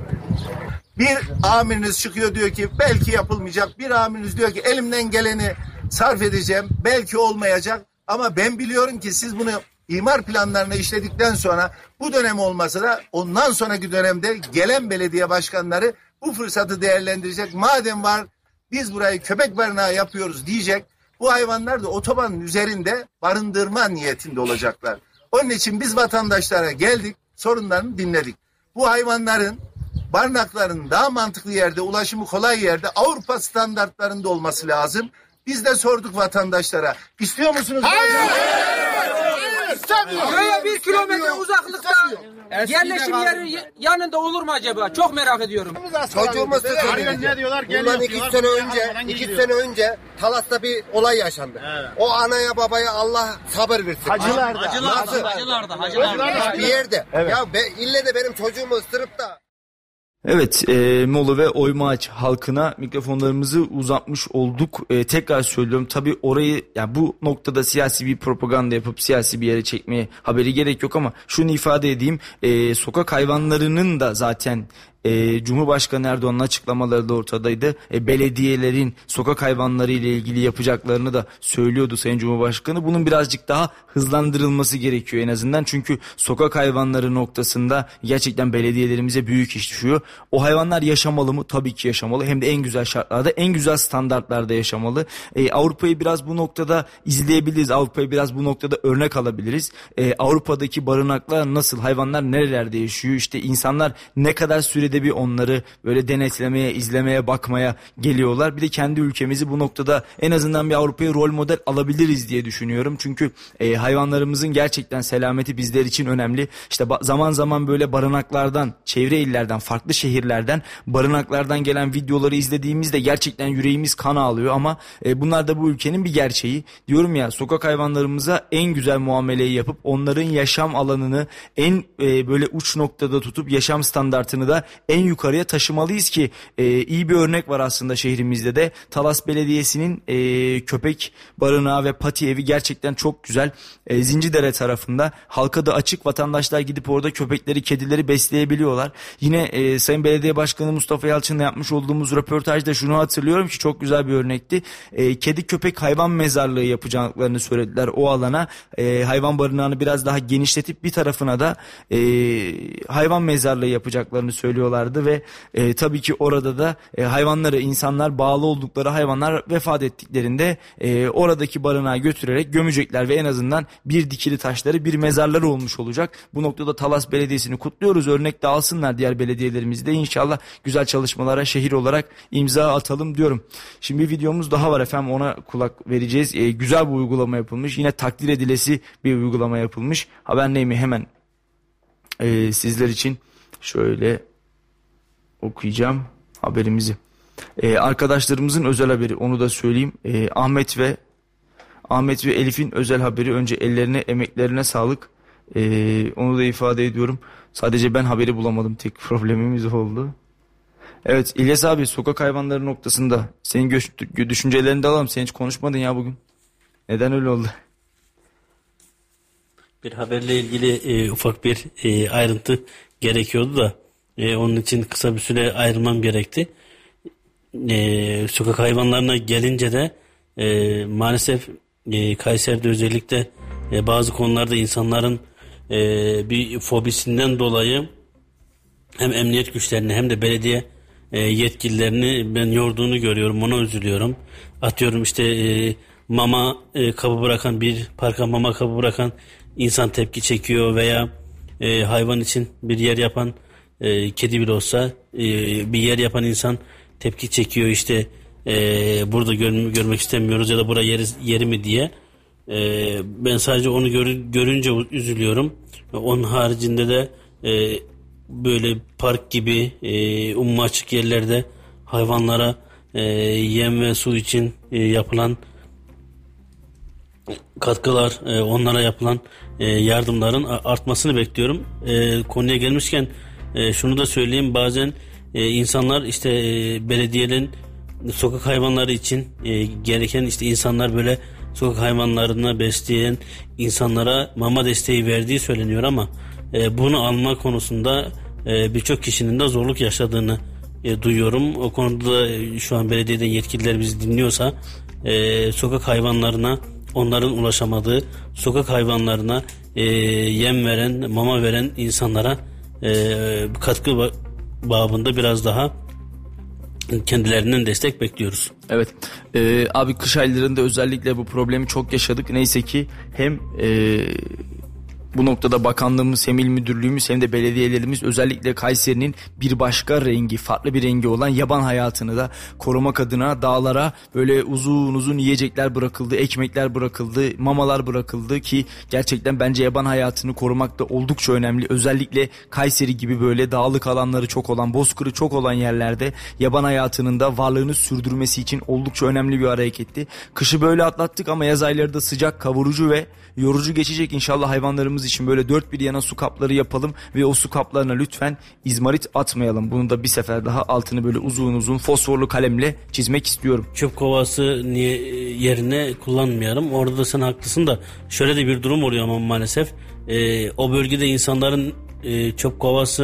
Bir amiriniz çıkıyor diyor ki belki yapılmayacak. Bir amiriniz diyor ki elimden geleni sarf edeceğim. Belki olmayacak. Ama ben biliyorum ki siz bunu imar planlarına işledikten sonra bu dönem olmasa da ondan sonraki dönemde gelen belediye başkanları bu fırsatı değerlendirecek. Madem var biz burayı köpek barınağı yapıyoruz diyecek. Bu hayvanlar da otobanın üzerinde barındırma niyetinde olacaklar. Onun için biz vatandaşlara geldik, sorunlarını dinledik. Bu hayvanların, barınakların daha mantıklı yerde, ulaşımı kolay yerde, Avrupa standartlarında olması lazım. Biz de sorduk vatandaşlara. İstiyor musunuz? Hayır! Köye bir kilometre uzaklıkta yerleşim yeri yanında olur mu acaba? Çok merak ediyorum. Çocuğumuz tutuyor. Bundan iki sene önce, iki sene önce Talas'ta bir olay yaşandı. Evet. O anaya babaya Allah sabır versin. Hacılarda. Hacılarda. Hacılarda. Hacılarda. Bir yerde. Evet. Ya be, ille de benim çocuğumu ısırıp da. Evet, e, Molu ve Oymaağaç halkına mikrofonlarımızı uzatmış olduk. E, tekrar söylüyorum, tabii orayı, yani bu noktada siyasi bir propaganda yapıp siyasi bir yere çekmeye haberi gerek yok ama şunu ifade edeyim, e, sokak hayvanlarının da zaten e, Cumhurbaşkanı Erdoğan'ın açıklamaları da ortadaydı. E, belediyelerin sokak hayvanları ile ilgili yapacaklarını da söylüyordu Sayın Cumhurbaşkanı. Bunun birazcık daha hızlandırılması gerekiyor en azından. Çünkü sokak hayvanları noktasında gerçekten belediyelerimize büyük iş düşüyor. O hayvanlar yaşamalı mı? Tabii ki yaşamalı. Hem de en güzel şartlarda, en güzel standartlarda yaşamalı. E, Avrupa'yı biraz bu noktada izleyebiliriz. Avrupa'yı biraz bu noktada örnek alabiliriz. E, Avrupa'daki barınaklar nasıl? Hayvanlar nerelerde yaşıyor? İşte insanlar ne kadar sürede bir onları böyle denetlemeye, izlemeye, bakmaya geliyorlar. Bir de kendi ülkemizi bu noktada en azından bir Avrupa'ya rol model alabiliriz diye düşünüyorum. Çünkü e, hayvanlarımızın gerçekten selameti bizler için önemli. İşte ba- zaman zaman böyle barınaklardan, çevre illerden, farklı şehirlerden barınaklardan gelen videoları izlediğimizde gerçekten yüreğimiz kan ağlıyor ama e, bunlar da bu ülkenin bir gerçeği. Diyorum ya, sokak hayvanlarımıza en güzel muameleyi yapıp onların yaşam alanını en e, böyle uç noktada tutup yaşam standartını da en yukarıya taşımalıyız ki e, iyi bir örnek var aslında şehrimizde de. Talas Belediyesi'nin e, köpek barınağı ve pati evi gerçekten çok güzel. E, Zincidere tarafında halka da açık, vatandaşlar gidip orada köpekleri, kedileri besleyebiliyorlar. Yine e, Sayın Belediye Başkanı Mustafa Yalçın'la yapmış olduğumuz röportajda şunu hatırlıyorum ki çok güzel bir örnekti. E, kedi köpek hayvan mezarlığı yapacaklarını söylediler o alana. E, hayvan barınağını biraz daha genişletip bir tarafına da e, hayvan mezarlığı yapacaklarını söylüyorlardı ve e, tabii ki orada da e, hayvanları, insanlar bağlı oldukları hayvanlar vefat ettiklerinde e, oradaki barınağa götürerek gömecekler ve en azından bir dikili taşları bir mezarları olmuş olacak. Bu noktada Talas Belediyesi'ni kutluyoruz. Örnek de alsınlar diğer belediyelerimizde. İnşallah güzel çalışmalara şehir olarak imza atalım diyorum. Şimdi bir videomuz daha var efendim, ona kulak vereceğiz. E, güzel bir uygulama yapılmış. Yine takdir edilesi bir uygulama yapılmış. Haber neymi hemen e, sizler için şöyle okuyacağım haberimizi. E, arkadaşlarımızın özel haberi, onu da söyleyeyim. E, Ahmet ve Ahmet ve Elif'in özel haberi. Önce ellerine, emeklerine sağlık. E, onu da ifade ediyorum. Sadece ben haberi bulamadım. Tek problemimiz oldu. Evet İlyas abi, sokak hayvanları noktasında senin gö- düşüncelerini de alalım. Sen hiç konuşmadın ya bugün. Neden öyle oldu? Bir haberle ilgili e, ufak bir e, ayrıntı gerekiyordu da e, onun için kısa bir süre ayrılmam gerekti. E, sokak hayvanlarına gelince de e, maalesef e, Kayseri'de özellikle e, bazı konularda insanların e, bir fobisinden dolayı hem emniyet güçlerini hem de belediye e, yetkililerini ben yorduğunu görüyorum. Ona üzülüyorum. Atıyorum işte e, mama e, kabı bırakan, bir parka mama kabı bırakan insan tepki çekiyor veya e, hayvan için bir yer yapan e, kedi bile olsa e, bir yer yapan insan tepki çekiyor. İşte e, burada gör, görmek istemiyoruz ya da buraya yeri, yeri mi diye. E, ben sadece onu gör, görünce üzülüyorum. Onun haricinde de e, böyle park gibi e, umma açık yerlerde hayvanlara e, yem ve su için e, yapılan katkılar, e, onlara yapılan e, yardımların artmasını bekliyorum. E, konuya gelmişken e, şunu da söyleyeyim, bazen e, insanlar işte e, belediyenin sokak hayvanları için e, gereken işte insanlar böyle sokak hayvanlarını besleyen insanlara mama desteği verdiği söyleniyor ama e, bunu alma konusunda e, birçok kişinin de zorluk yaşadığını e, duyuyorum. O konuda da e, şu an belediyeden yetkililer bizi dinliyorsa e, sokak hayvanlarına, onların ulaşamadığı sokak hayvanlarına e, yem veren, mama veren insanlara e, katkı babında biraz daha kendilerinden destek bekliyoruz. Evet ee, abi, kış aylarında özellikle bu problemi çok yaşadık. Neyse ki hem e, bu noktada bakanlığımız hem il müdürlüğümüz hem de belediyelerimiz özellikle Kayseri'nin bir başka rengi, farklı bir rengi olan yaban hayatını da korumak adına dağlara böyle uzun uzun yiyecekler bırakıldı, ekmekler bırakıldı, mamalar bırakıldı ki gerçekten bence yaban hayatını korumak da oldukça önemli. Özellikle Kayseri gibi böyle dağlık alanları çok olan, bozkırı çok olan yerlerde yaban hayatının da varlığını sürdürmesi için oldukça önemli bir hareketti. Kışı böyle atlattık ama yaz ayları da sıcak, kavurucu ve yorucu geçecek. İnşallah hayvanlarımız için böyle dört bir yana su kapları yapalım ve o su kaplarına lütfen izmarit atmayalım. Bunu da bir sefer daha altını böyle uzun uzun fosforlu kalemle çizmek istiyorum. Çöp kovası niye yerine kullanmayalım? Orada da sen haklısın da şöyle de bir durum oluyor ama maalesef e, o bölgede insanların e, çöp kovası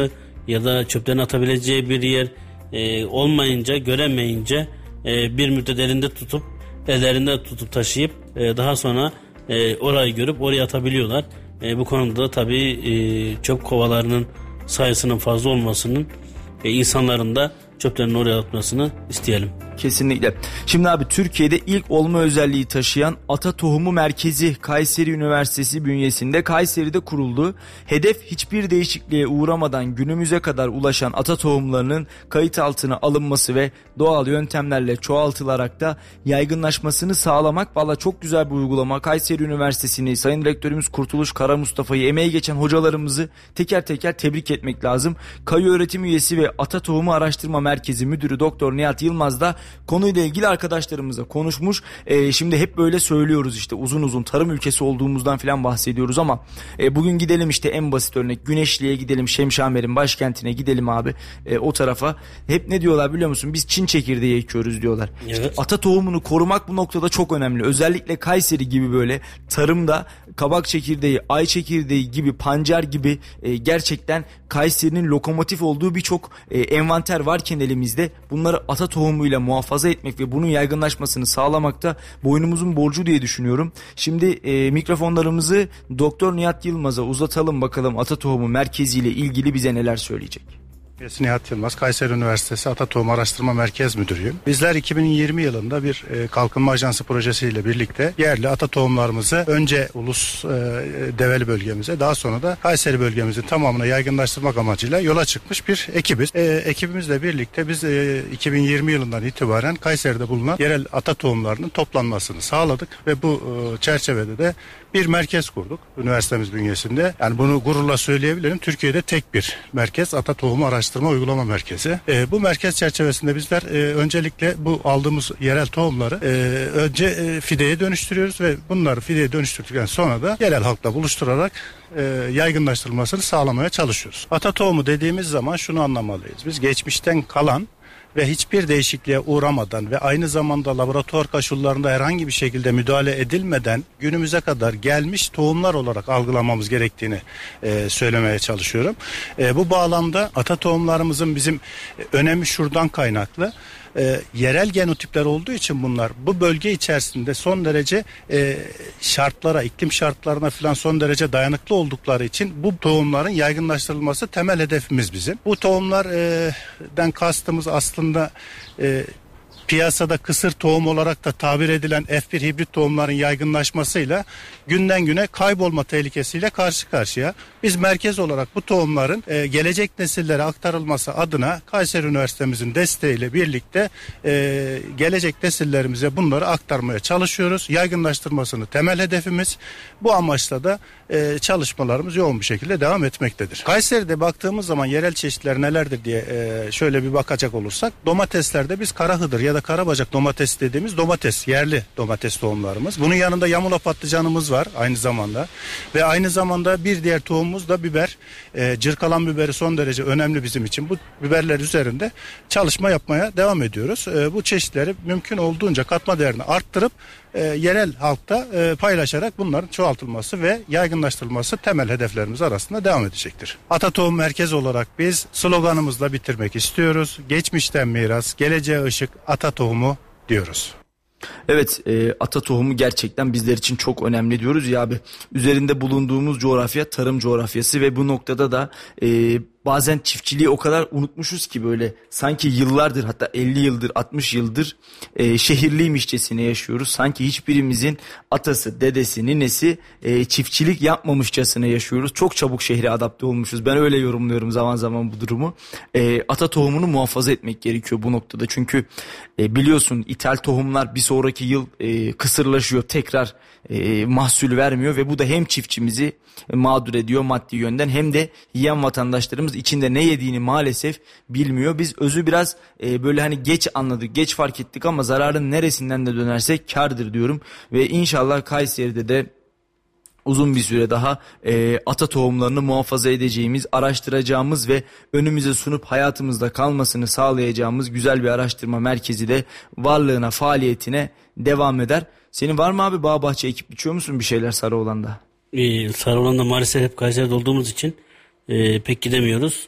ya da çöplerini atabileceği bir yer e, olmayınca, göremeyince e, bir müddet elinde tutup ellerinde tutup taşıyıp e, daha sonra e, orayı görüp oraya atabiliyorlar. E, bu konuda da tabii e, çöp kovalarının sayısının fazla olmasının ve insanların da çöplerini oraya atmasını isteyelim. Kesinlikle. Şimdi abi Türkiye'de ilk olma özelliği taşıyan Ata Tohumu Merkezi Kayseri Üniversitesi bünyesinde Kayseri'de kuruldu. Hedef hiçbir değişikliğe uğramadan günümüze kadar ulaşan ata tohumlarının kayıt altına alınması ve doğal yöntemlerle çoğaltılarak da yaygınlaşmasını sağlamak. Valla çok güzel bir uygulama. Kayseri Üniversitesi'ni, Sayın Rektörümüz Kurtuluş Kara Mustafa'yı, emeği geçen hocalarımızı teker teker tebrik etmek lazım. Kayu öğretim üyesi ve Ata Tohumu Araştırma Merkezi Müdürü Doktor Nihat Yılmaz da konuyla ilgili arkadaşlarımızla konuşmuş. Ee, şimdi hep böyle söylüyoruz işte uzun uzun tarım ülkesi olduğumuzdan falan bahsediyoruz ama e, bugün gidelim işte en basit örnek Güneşli'ye gidelim, Şemşamer'in başkentine gidelim abi e, o tarafa. Hep ne diyorlar biliyor musun? Biz Çin çekirdeği ekiyoruz diyorlar. Evet. İşte ata tohumunu korumak bu noktada çok önemli. Özellikle Kayseri gibi böyle tarımda kabak çekirdeği, ay çekirdeği gibi, pancar gibi e, gerçekten Kayseri'nin lokomotif olduğu birçok e, envanter varken elimizde bunları ata tohumuyla muhafaza etmek ve bunun yaygınlaşmasını sağlamak da boynumuzun borcu diye düşünüyorum. Şimdi e, mikrofonlarımızı Doktor Nihat Yılmaz'a uzatalım bakalım Ata Tohumu Merkezi ile ilgili bize neler söyleyecek. Nihat Yılmaz, Kayseri Üniversitesi Ata Tohumu Araştırma Merkez Müdürüyüm. Bizler iki bin yirmi yılında bir e, kalkınma ajansı projesiyle birlikte yerli ata tohumlarımızı önce ulus e, develi bölgemize, daha sonra da Kayseri bölgemizin tamamına yaygınlaştırmak amacıyla yola çıkmış bir ekibiz. E, ekibimizle birlikte biz e, iki bin yirmi yılından itibaren Kayseri'de bulunan yerel ata tohumlarının toplanmasını sağladık ve bu e, çerçevede de bir merkez kurduk üniversitemiz bünyesinde. Yani bunu gururla söyleyebilirim. Türkiye'de tek bir merkez, ata tohumu araştırma uygulama merkezi. E, bu merkez çerçevesinde bizler e, öncelikle bu aldığımız yerel tohumları e, önce e, fideye dönüştürüyoruz ve bunları fideye dönüştürdükten sonra da yerel halkla buluşturarak e, yaygınlaştırılmasını sağlamaya çalışıyoruz. Ata tohumu dediğimiz zaman şunu anlamalıyız. Biz geçmişten kalan ve hiçbir değişikliğe uğramadan ve aynı zamanda laboratuvar koşullarında herhangi bir şekilde müdahale edilmeden günümüze kadar gelmiş tohumlar olarak algılamamız gerektiğini e, söylemeye çalışıyorum. E, bu bağlamda ata tohumlarımızın bizim e, önemi şuradan kaynaklı. E, yerel genotipler olduğu için bunlar bu bölge içerisinde son derece e, şartlara, iklim şartlarına falan son derece dayanıklı oldukları için bu tohumların yaygınlaştırılması temel hedefimiz bizim. Bu tohumlardan kastımız aslında e, piyasada kısır tohum olarak da tabir edilen F bir hibrit tohumların yaygınlaşmasıyla günden güne kaybolma tehlikesiyle karşı karşıya. Biz merkez olarak bu tohumların e, gelecek nesillere aktarılması adına Kayseri Üniversitemizin desteğiyle birlikte e, gelecek nesillerimize bunları aktarmaya çalışıyoruz. Yaygınlaştırmasını temel hedefimiz. Bu amaçla da e, çalışmalarımız yoğun bir şekilde devam etmektedir. Kayseri'de baktığımız zaman yerel çeşitler nelerdir diye e, şöyle bir bakacak olursak domateslerde biz Karahıdır ya da Karabacak domates dediğimiz domates, yerli domates tohumlarımız. Bunun yanında yamula patlıcanımız var aynı zamanda ve aynı zamanda bir diğer tohumumuz da biber. E, cırkalan biberi son derece önemli bizim için. Bu biberler üzerinde çalışma yapmaya devam ediyoruz. E, bu çeşitleri mümkün olduğunca katma değerini arttırıp e, yerel halkta e, paylaşarak bunların çoğaltılması ve yaygınlaştırılması temel hedeflerimiz arasında devam edecektir. Ata Tohum Merkezi olarak biz sloganımızla bitirmek istiyoruz. Geçmişten miras, geleceğe ışık, ata tohumu diyoruz. Evet, e, ata tohumu gerçekten bizler için çok önemli diyoruz ya abi. Üzerinde bulunduğumuz coğrafya tarım coğrafyası ve bu noktada da e, bazen çiftçiliği o kadar unutmuşuz ki böyle sanki yıllardır, hatta elli yıldır, altmış yıldır e, şehirliymişçesine yaşıyoruz. Sanki hiçbirimizin atası, dedesi, ninesi e, çiftçilik yapmamışçasına yaşıyoruz. Çok çabuk şehre adapte olmuşuz. Ben öyle yorumluyorum zaman zaman bu durumu. E, ata tohumunu muhafaza etmek gerekiyor bu noktada. Çünkü e, biliyorsun ithal tohumlar bir sonraki yıl e, kısırlaşıyor, tekrar e, mahsul vermiyor ve bu da hem çiftçimizi e, mağdur ediyor maddi yönden hem de yiyen vatandaşlarımız içinde ne yediğini maalesef bilmiyor. Biz özü biraz e, böyle hani geç anladık, geç fark ettik ama zararın neresinden de dönersek kârdır diyorum. Ve inşallah Kayseri'de de uzun bir süre daha e, ata tohumlarını muhafaza edeceğimiz, araştıracağımız ve önümüze sunup hayatımızda kalmasını sağlayacağımız güzel bir araştırma merkezi de varlığına, faaliyetine devam eder. Senin var mı abi bağ bahçe ekip biçiyor musun bir şeyler Sarıoğlan'da? Ee, Sarıoğlan'da maalesef hep Kayseri'de olduğumuz için e, pek gidemiyoruz.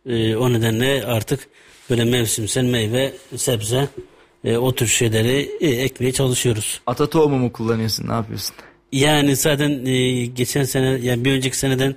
E, o nedenle artık böyle mevsimsel meyve, sebze, e, o tür şeyleri e, ekmeye çalışıyoruz. Ata tohumu mu kullanıyorsun? Ne yapıyorsun? Yani zaten e, geçen sene, yani bir önceki seneden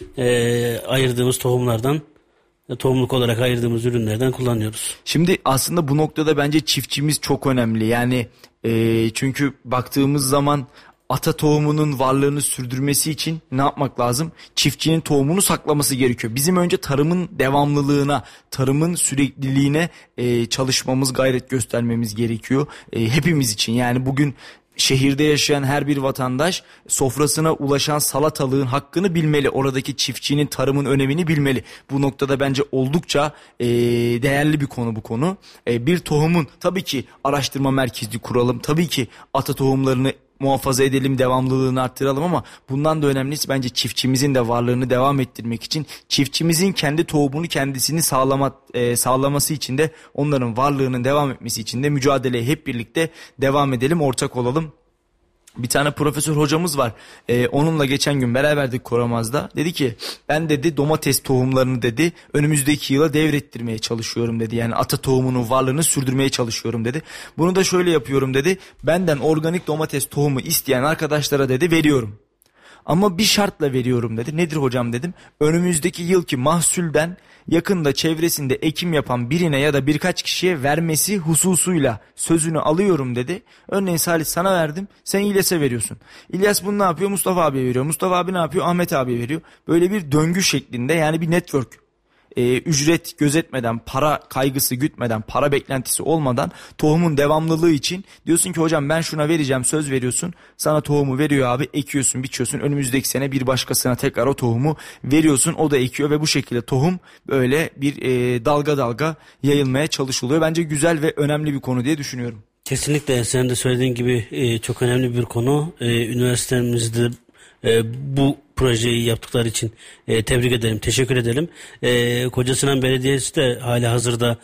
e, ayırdığımız tohumlardan, e, tohumluk olarak ayırdığımız ürünlerden kullanıyoruz. Şimdi aslında bu noktada bence çiftçimiz çok önemli. Yani e, çünkü baktığımız zaman ata tohumunun varlığını sürdürmesi için ne yapmak lazım? Çiftçinin tohumunu saklaması gerekiyor. Bizim önce tarımın devamlılığına, tarımın sürekliliğine e, çalışmamız, gayret göstermemiz gerekiyor. E, hepimiz için. Yani bugün şehirde yaşayan her bir vatandaş sofrasına ulaşan salatalığın hakkını bilmeli. Oradaki çiftçinin, tarımın önemini bilmeli. Bu noktada bence oldukça e, değerli bir konu bu konu. E, bir tohumun tabii ki araştırma merkezi kuralım. Tabii ki ata tohumlarını muhafaza edelim, devamlılığını arttıralım ama bundan da önemlisi bence çiftçimizin de varlığını devam ettirmek için, çiftçimizin kendi tohumunu kendisini sağlama, e, sağlaması için de, onların varlığının devam etmesi için de mücadeleye hep birlikte devam edelim, ortak olalım. Bir tane profesör hocamız var. Ee, onunla geçen gün beraberdik Koramaz'da. Dedi ki ben dedi domates tohumlarını dedi önümüzdeki yıla devrettirmeye çalışıyorum dedi. Yani ata tohumunun varlığını sürdürmeye çalışıyorum dedi. Bunu da şöyle yapıyorum dedi. Benden organik domates tohumu isteyen arkadaşlara dedi veriyorum. Ama bir şartla veriyorum dedi. Nedir hocam dedim. Önümüzdeki yılki mahsulden yakında çevresinde ekim yapan birine ya da birkaç kişiye vermesi hususuyla sözünü alıyorum dedi. Örneğin Salih sana verdim, sen İlyas'a veriyorsun. İlyas bunu ne yapıyor? Mustafa abiye veriyor. Mustafa abi ne yapıyor? Ahmet abiye veriyor. Böyle bir döngü şeklinde, yani bir network. Ee, ücret gözetmeden, para kaygısı gütmeden, para beklentisi olmadan tohumun devamlılığı için diyorsun ki hocam ben şuna vereceğim, söz veriyorsun. Sana tohumu veriyor abi, ekiyorsun, biçiyorsun. Önümüzdeki sene bir başkasına tekrar o tohumu veriyorsun. O da ekiyor ve bu şekilde tohum böyle bir e, dalga dalga yayılmaya çalışılıyor. Bence güzel ve önemli bir konu diye düşünüyorum. Kesinlikle senin de söylediğin gibi e, çok önemli bir konu. E, üniversitemizde e, bu projeyi yaptıkları için e, tebrik ederim, teşekkür edelim. E, Kocasinan Belediyesi de hali hazırda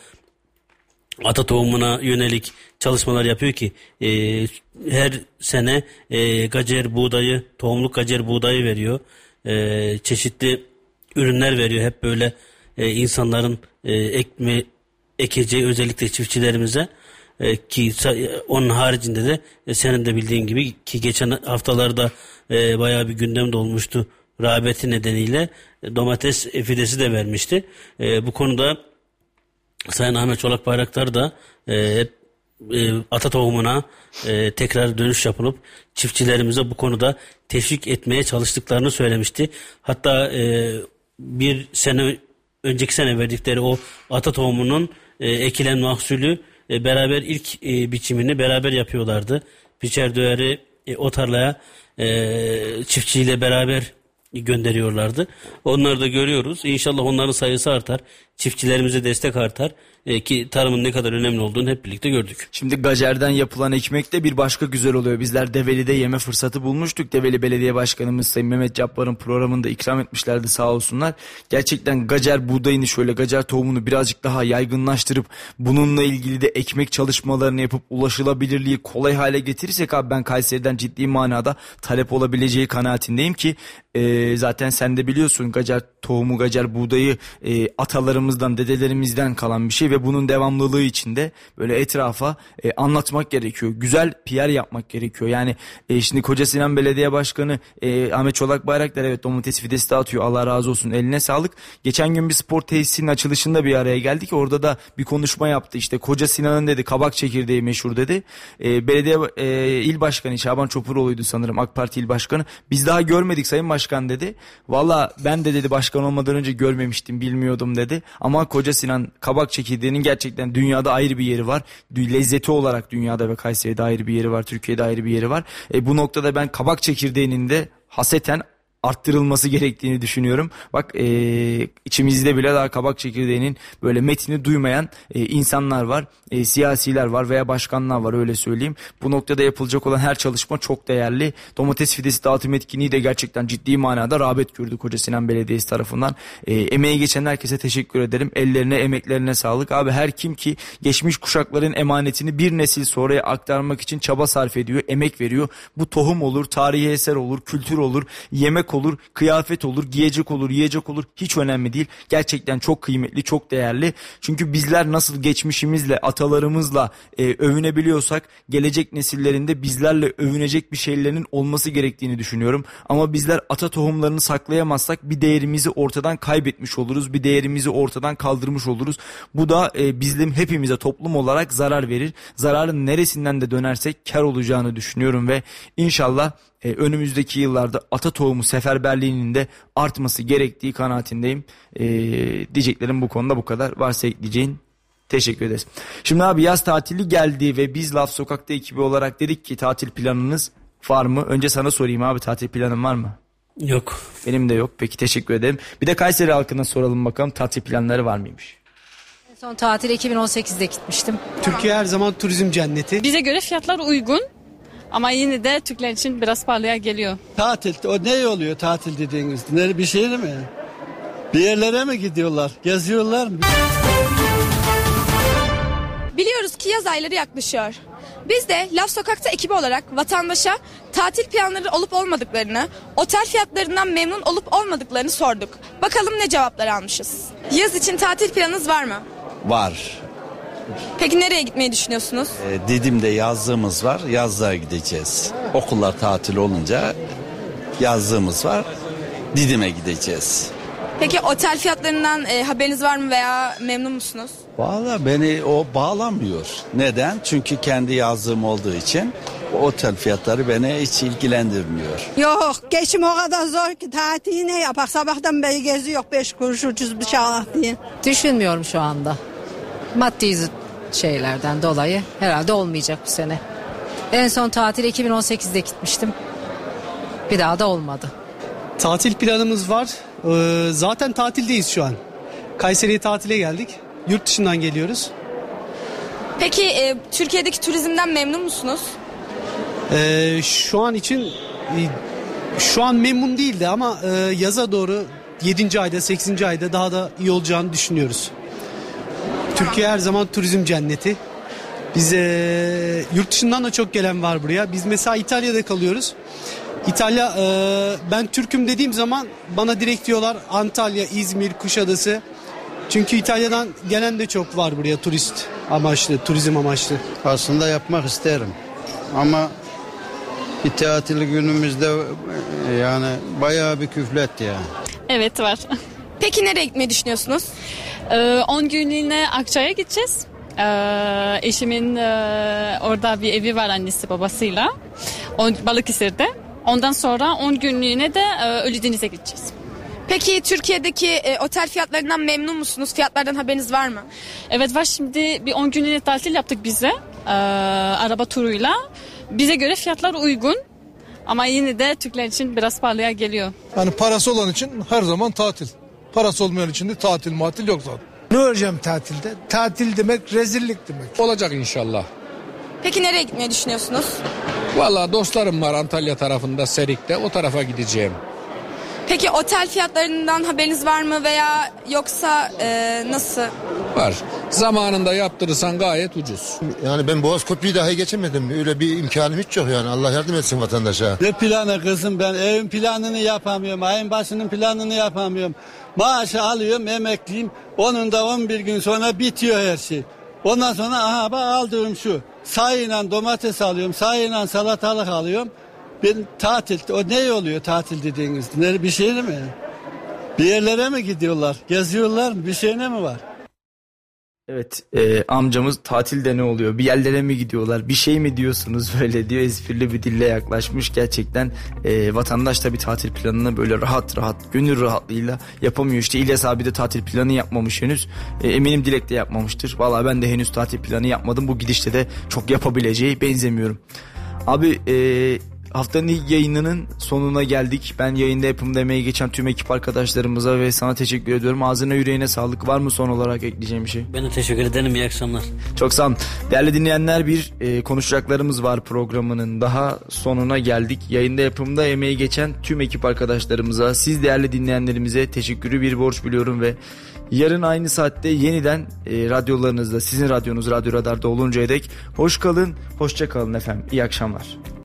ata tohumuna yönelik çalışmalar yapıyor ki e, her sene e, gacer buğdayı, tohumluk gacer buğdayı veriyor. E, çeşitli ürünler veriyor. Hep böyle e, insanların e, ekme, ekeceği, özellikle çiftçilerimize. E, ki onun haricinde de e, senin de bildiğin gibi ki geçen haftalarda e, bayağı bir gündemde olmuştu, rağbeti nedeniyle e, domates fidesi de vermişti. E, bu konuda Sayın Ahmet Çolak Bayraktar da e, e, ata tohumuna e, tekrar dönüş yapılıp çiftçilerimize bu konuda teşvik etmeye çalıştıklarını söylemişti. Hatta e, bir sene önceki sene verdikleri o ata tohumunun e, ekilen mahsulü E, beraber ilk e, biçimini beraber yapıyorlardı. Biçer döğeri e, o tarlaya e, çiftçiyle beraber gönderiyorlardı. Onları da görüyoruz. İnşallah onların sayısı artar. Çiftçilerimize destek artar. E, ki tarımın ne kadar önemli olduğunu hep birlikte gördük. Şimdi gacerden yapılan ekmek de bir başka güzel oluyor. Bizler Develi'de yeme fırsatı bulmuştuk. Develi Belediye Başkanımız Sayın Mehmet Cabbar'ın programında ikram etmişlerdi sağ olsunlar. Gerçekten gacer buğdayını, şöyle gacer tohumunu birazcık daha yaygınlaştırıp bununla ilgili de ekmek çalışmalarını yapıp ulaşılabilirliği kolay hale getirirsek abi, ben Kayseri'den ciddi manada talep olabileceği kanaatindeyim ki e, zaten sen de biliyorsun gacer tohumu, gacer buğdayı e, atalarımızdan, dedelerimizden kalan bir şey ve bunun devamlılığı içinde böyle etrafa e, anlatmak gerekiyor. Güzel P R yapmak gerekiyor. Yani e, şimdi Kocasinan Belediye Başkanı e, Ahmet Çolak Bayraktar evet domates fidesi dağıtıyor. Allah razı olsun. Eline sağlık. Geçen gün bir spor tesisinin açılışında bir araya geldik. Orada da bir konuşma yaptı. İşte Kocasinan'ın dedi kabak çekirdeği meşhur dedi. E, belediye e, il başkanı Şaban Çopuroğlu'ydu sanırım, AK Parti il başkanı. Biz daha görmedik Sayın Başkan dedi. Valla ben de dedi başkan olmadan önce görmemiştim, bilmiyordum dedi. Ama Kocasinan kabak çekirdeğinin gerçekten dünyada ayrı bir yeri var. Lezzeti olarak dünyada ve Kayseri'de ayrı bir yeri var. Türkiye'de ayrı bir yeri var. E, bu noktada ben kabak çekirdeğinin de haseten arttırılması gerektiğini düşünüyorum. Bak e, içimizde bile daha kabak çekirdeğinin böyle metni duymayan e, insanlar var. E, siyasiler var veya başkanlar var, öyle söyleyeyim. Bu noktada yapılacak olan her çalışma çok değerli. Domates fidesi dağıtım etkinliği de gerçekten ciddi manada rağbet gördü Kocasinan Belediyesi tarafından. E, emeği geçen herkese teşekkür ederim. Ellerine, emeklerine sağlık. Abi her kim ki geçmiş kuşakların emanetini bir nesil sonraya aktarmak için çaba sarf ediyor, emek veriyor. Bu tohum olur, tarihi eser olur, kültür olur, yemek yemek olur, kıyafet olur, giyecek olur, yiyecek olur, hiç önemli değil. Gerçekten çok kıymetli, çok değerli. Çünkü bizler nasıl geçmişimizle, atalarımızla e, övünebiliyorsak, gelecek nesillerinde bizlerle övünecek bir şeylerin olması gerektiğini düşünüyorum. Ama bizler ata tohumlarını saklayamazsak bir değerimizi ortadan kaybetmiş oluruz, bir değerimizi ortadan kaldırmış oluruz. Bu da e, bizim hepimize toplum olarak zarar verir. Zararın neresinden de dönersek kar olacağını düşünüyorum ve inşallah e, önümüzdeki yıllarda ata tohumu seferberliğinin de artması gerektiği kanaatindeyim. E, diyeceklerim bu konuda bu kadar. Varsa ekleyeceğin? Teşekkür ederiz. Şimdi abi yaz tatili geldi ve biz Laf Sokak'ta ekibi olarak dedik ki tatil planınız var mı? Önce sana sorayım abi, tatil planın var mı? Yok. Benim de yok. Peki, teşekkür ederim. Bir de Kayseri halkına soralım bakalım, tatil planları var mıymış? Son tatil iki bin on sekizde gitmiştim. Türkiye her zaman turizm cenneti. Bize göre fiyatlar uygun ama yine de Türkler için biraz pahalıya geliyor. Tatil, o ne oluyor tatil dediğiniz? Ne, bir şey mi? Bir yerlere mi gidiyorlar? Geziyorlar mı? Biliyoruz ki yaz ayları yaklaşıyor. Biz de Laf Sokak'ta ekibi olarak vatandaşa tatil planları olup olmadıklarını, otel fiyatlarından memnun olup olmadıklarını sorduk. Bakalım ne cevaplar almışız. Yaz için tatil planınız var mı? Var. Peki nereye gitmeyi düşünüyorsunuz? E, Didim'de yazlığımız var. Yazlığa gideceğiz. Okullar tatil olunca yazlığımız var. Didim'e gideceğiz. Peki otel fiyatlarından e, haberiniz var mı veya memnun musunuz? Vallahi beni o bağlamıyor. Neden? Çünkü kendi yazlığım olduğu için otel fiyatları beni hiç ilgilendirmiyor. Yok, geçim o kadar zor ki tatili ne yapak? Sabahtan beri geziyor, beş kuruş ucuz bir şey alak diye. Düşünmüyorum şu anda. Maddi şeylerden dolayı herhalde olmayacak bu sene. En son tatil iki bin on sekizde gitmiştim. Bir daha da olmadı. Tatil planımız var. Ee, zaten tatildeyiz şu an. Kayseri'ye tatile geldik. Yurt dışından geliyoruz. Peki e, Türkiye'deki turizmden memnun musunuz? Ee, şu an için e, şu an memnun değildi ama e, yaza doğru yedinci ayda sekizinci ayda daha da iyi olacağını düşünüyoruz. Türkiye her zaman turizm cenneti. Biz e, yurt dışından da çok gelen var buraya. Biz mesela İtalya'da kalıyoruz. İtalya, e, ben Türk'üm dediğim zaman bana direkt diyorlar Antalya, İzmir, Kuşadası. Çünkü İtalya'dan gelen de çok var buraya turist amaçlı, turizm amaçlı. Aslında yapmak isterim ama bir tatil günümüzde yani bayağı bir küflet ya. Evet, var. Peki nereye gitmeyi düşünüyorsunuz? on günlüğüne Akçay'a gideceğiz. Ee, eşimin e, orada bir evi var annesi babasıyla. O, Balıkesir'de. Ondan sonra on günlüğüne de e, Ölüdeniz'e gideceğiz. Peki Türkiye'deki e, otel fiyatlarından memnun musunuz? Fiyatlardan haberiniz var mı? Evet, var. Şimdi bir on günlüğüne tatil yaptık bize. E, araba turuyla. Bize göre fiyatlar uygun. Ama yine de Türkler için biraz pahalıya geliyor. Yani parası olan için her zaman tatil. Parası olmayan için de tatil matil yok zaten. Ne olacağım tatilde? Tatil demek rezillik demek. Olacak inşallah. Peki nereye gitmeyi düşünüyorsunuz? Vallahi dostlarım var Antalya tarafında, Serik'te, o tarafa gideceğim. Peki otel fiyatlarından haberiniz var mı veya yoksa e, nasıl? Var. Zamanında yaptırırsan gayet ucuz. Yani ben Boğaz Köprü'yü dahi geçemedim. Öyle bir imkanım hiç yok yani. Allah yardım etsin vatandaşa. Ne planı kızım, ben evin planını yapamıyorum. Ayın başının planını yapamıyorum. Maaşı alıyorum, emekliyim. Onun da on bir gün sonra bitiyor her şey. Ondan sonra aha bak aldığım şu. Sayıyla domates alıyorum, sayıyla salatalık alıyorum. Ben tatil, o ne oluyor tatil dediğiniz? Bir şey mi? Bir yerlere mi gidiyorlar? Geziyorlar mı? Bir şey ne mi var? Evet, e, amcamız tatilde ne oluyor? Bir yerlere mi gidiyorlar? Bir şey mi diyorsunuz böyle diyor. Esprili bir dille yaklaşmış. Gerçekten e, vatandaş da bir tatil planını böyle rahat rahat, gönül rahatlığıyla yapamıyor. İşte İlyas abi de tatil planı yapmamış henüz. E, eminim Dilek de yapmamıştır. Vallahi ben de henüz tatil planı yapmadım. Bu gidişte de çok yapabileceği benzemiyorum. Abi eee haftanın ilk yayınının sonuna geldik. Ben yayında yapımda emeği geçen tüm ekip arkadaşlarımıza ve sana teşekkür ediyorum. Ağzına yüreğine sağlık. Var mı son olarak ekleyeceğim bir şey? Ben de teşekkür ederim. İyi akşamlar. Çok sağ olun. Değerli dinleyenler, bir e, konuşacaklarımız var programının daha sonuna geldik. Yayında yapımda emeği geçen tüm ekip arkadaşlarımıza, siz değerli dinleyenlerimize teşekkürü bir borç biliyorum ve yarın aynı saatte yeniden e, radyolarınızda, sizin radyonuz Radyo Radar'da oluncaya dek hoş kalın, hoşça kalın efendim. İyi akşamlar.